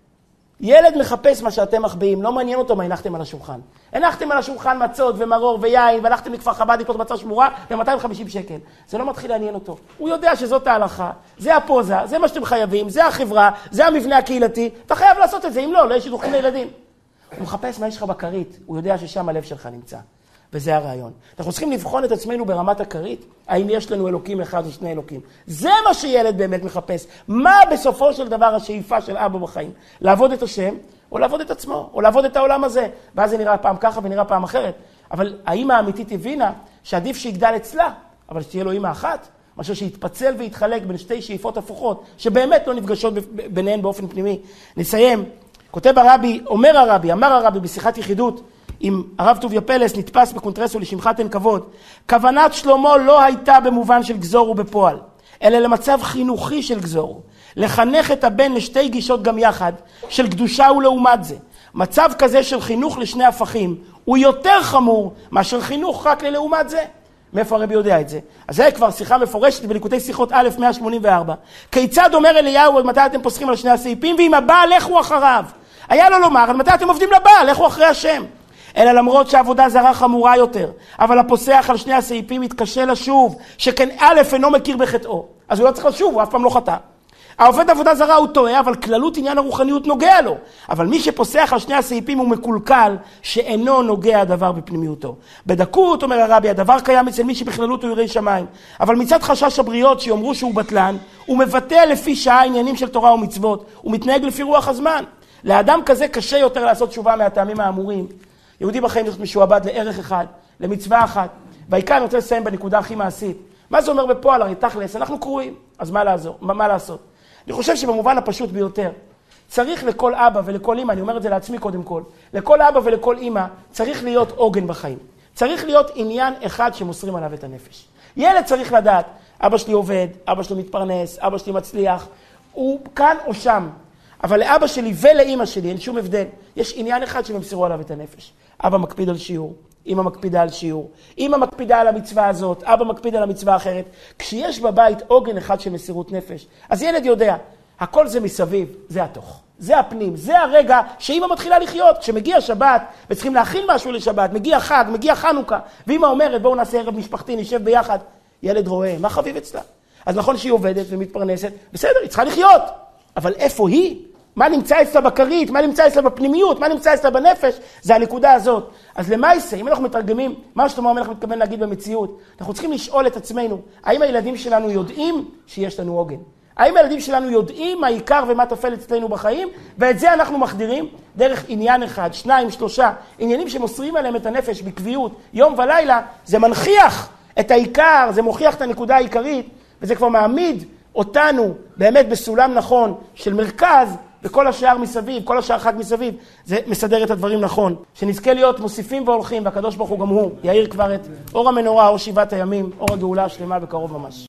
A: ילד מחפש מה שאתם מחביאים, לא מעניין אותו מה הנחתם על השולחן. הנחתם על השולחן מצות ומרור ויין, והלכתם לכפר חב"ד לקנות מצה שמורה ב-מאתיים וחמישים שקל. זה לא מתחיל לעניין אותו. הוא יודע שזאת ההלכה, זה הפוזה, זה מה שאתם חייבים, זה החברה, זה המבנה הקהילתי. אתה חייב לעשות את זה, אם לא, לא יש שידוכים לילדים. הוא מחפש מה יש לך בכרית, הוא יודע ששם הלב שלך נמצא. וזה הרעיון. אנחנו צריכים לבחון את עצמנו ברמת הכרית, האם יש לנו אלוקים אחד ושני אלוקים. זה מה שילד באמת מחפש. מה בסופו של דבר השאיפה של אבא בחיים? לעבוד את השם, או לעבוד את עצמו, או לעבוד את העולם הזה. ואז זה נראה פעם ככה ונראה פעם אחרת. אבל האמא האמיתית הבינה שעדיף שיגדל אצלה, אבל שתהיה לו אמא אחת, משהו שיתפצל ויתחלק בין שתי שאיפות הפוכות, שבאמת לא נפגשות ביניהן באופן פנימי. נסיים. כותב הרבי, אומר הרבי, אמר הרבי בשיחת יחידות, עם הרב טוביה פלס נתפס בקונטרסו לשמך תן כבוד. כוונת שלמה לא הייתה במובן של גזור ובפועל, אלא למצב חינוכי של גזור. לחנך את הבן לשתי גישות גם יחד, של קדושה ולעומת זה. מצב כזה של חינוך לשני הפכים, הוא יותר חמור מאשר חינוך רק ללעומת זה. מאיפה הרבי יודע את זה? אז זה כבר שיחה מפורשת בליקוטי שיחות א' מאה שמונים וארבע. כיצד אומר אליהו, עד מתי אתם פוסחים על שני הסעיפים, ואם הבא לכו אחריו. היה לו לומר, עד מתי אתם עובדים לבא, לכו אחרי השם. אלא למרות שהעבודה זרה חמורה יותר, אבל הפוסח על שני הסעיפים מתקשה לשוב, שכן א' אינו מכיר בחטאו, אז הוא לא צריך לשוב, הוא אף פעם לא חטא. העובד עבודה זרה הוא טועה, אבל כללות עניין הרוחניות נוגע לו. אבל מי שפוסח על שני הסעיפים הוא מקולקל, שאינו נוגע הדבר בפנימיותו. בדקות, אומר הרבי, הדבר קיים אצל מי שבכללות הוא ירא שמיים. אבל מצד חשש הבריות שיאמרו שהוא בטלן, הוא מבטא לפי שעה עניינים של תורה ומצוות, הוא מתנהג לפי רוח הזמן. לאדם כזה קשה יותר לעשות תשובה מהטעמים האמורים. יהודי בחיים צריך משועבד לערך אחד, למצווה אחת. והעיקר אני רוצה לסיים בנקודה הכי מעשית. מה זה אומר בפועל? הרי תכלס, אנחנו קרואים, אז מה לעזור? מה, מה לעשות? אני חושב שבמובן הפשוט ביותר, צריך לכל אבא ולכל אמא, אני אומר את זה לעצמי קודם כל, לכל אבא ולכל אמא צריך להיות עוגן בחיים. צריך להיות עניין אחד שמוסרים עליו את הנפש. ילד צריך לדעת, אבא שלי עובד, אבא שלי מתפרנס, אבא שלי מצליח, הוא כאן או שם. אבל לאבא שלי ולאמא שלי אין שום הבדל. יש עניין אחד שממסירו עליו את הנפש. אבא מקפיד על שיעור, אמא מקפידה על שיעור, אמא מקפידה על המצווה הזאת, אבא מקפיד על המצווה האחרת. כשיש בבית עוגן אחד של מסירות נפש, אז ילד יודע, הכל זה מסביב, זה התוך, זה הפנים, זה הרגע שאמא מתחילה לחיות. כשמגיע שבת וצריכים להכין משהו לשבת, מגיע חג, מגיע חנוכה, ואמא אומרת בואו נעשה ערב משפחתי, נשב ביחד, ילד רואה, מה חביב אצלה? אז נכון שהיא עובדת ומתפרנסת, בסדר, היא צריכה לחיות, אבל איפה היא? מה נמצא אצלה בכרית, מה נמצא אצלה בפנימיות, מה נמצא אצלה בנפש, זה הנקודה הזאת. אז למה יעשה? אם אנחנו מתרגמים, מה שאתה אומר, אנחנו מתכוון להגיד במציאות, אנחנו צריכים לשאול את עצמנו, האם הילדים שלנו יודעים שיש לנו עוגן? האם הילדים שלנו יודעים מה העיקר ומה תפל אצלנו בחיים? ואת זה אנחנו מחדירים דרך עניין אחד, שניים, שלושה, עניינים שמוסרים עליהם את הנפש בקביעות, יום ולילה, זה מנכיח את העיקר, זה מוכיח את הנקודה העיקרית, וזה כבר מעמיד אותנו באמת בסולם נכון של מרכז, וכל השאר מסביב, כל השאר חג מסביב, זה מסדר את הדברים נכון. שנזכה להיות מוסיפים והולכים, והקדוש ברוך הוא גם הוא יאיר כבר את אור המנורה, אור שבעת הימים, אור הגאולה השלמה בקרוב ממש.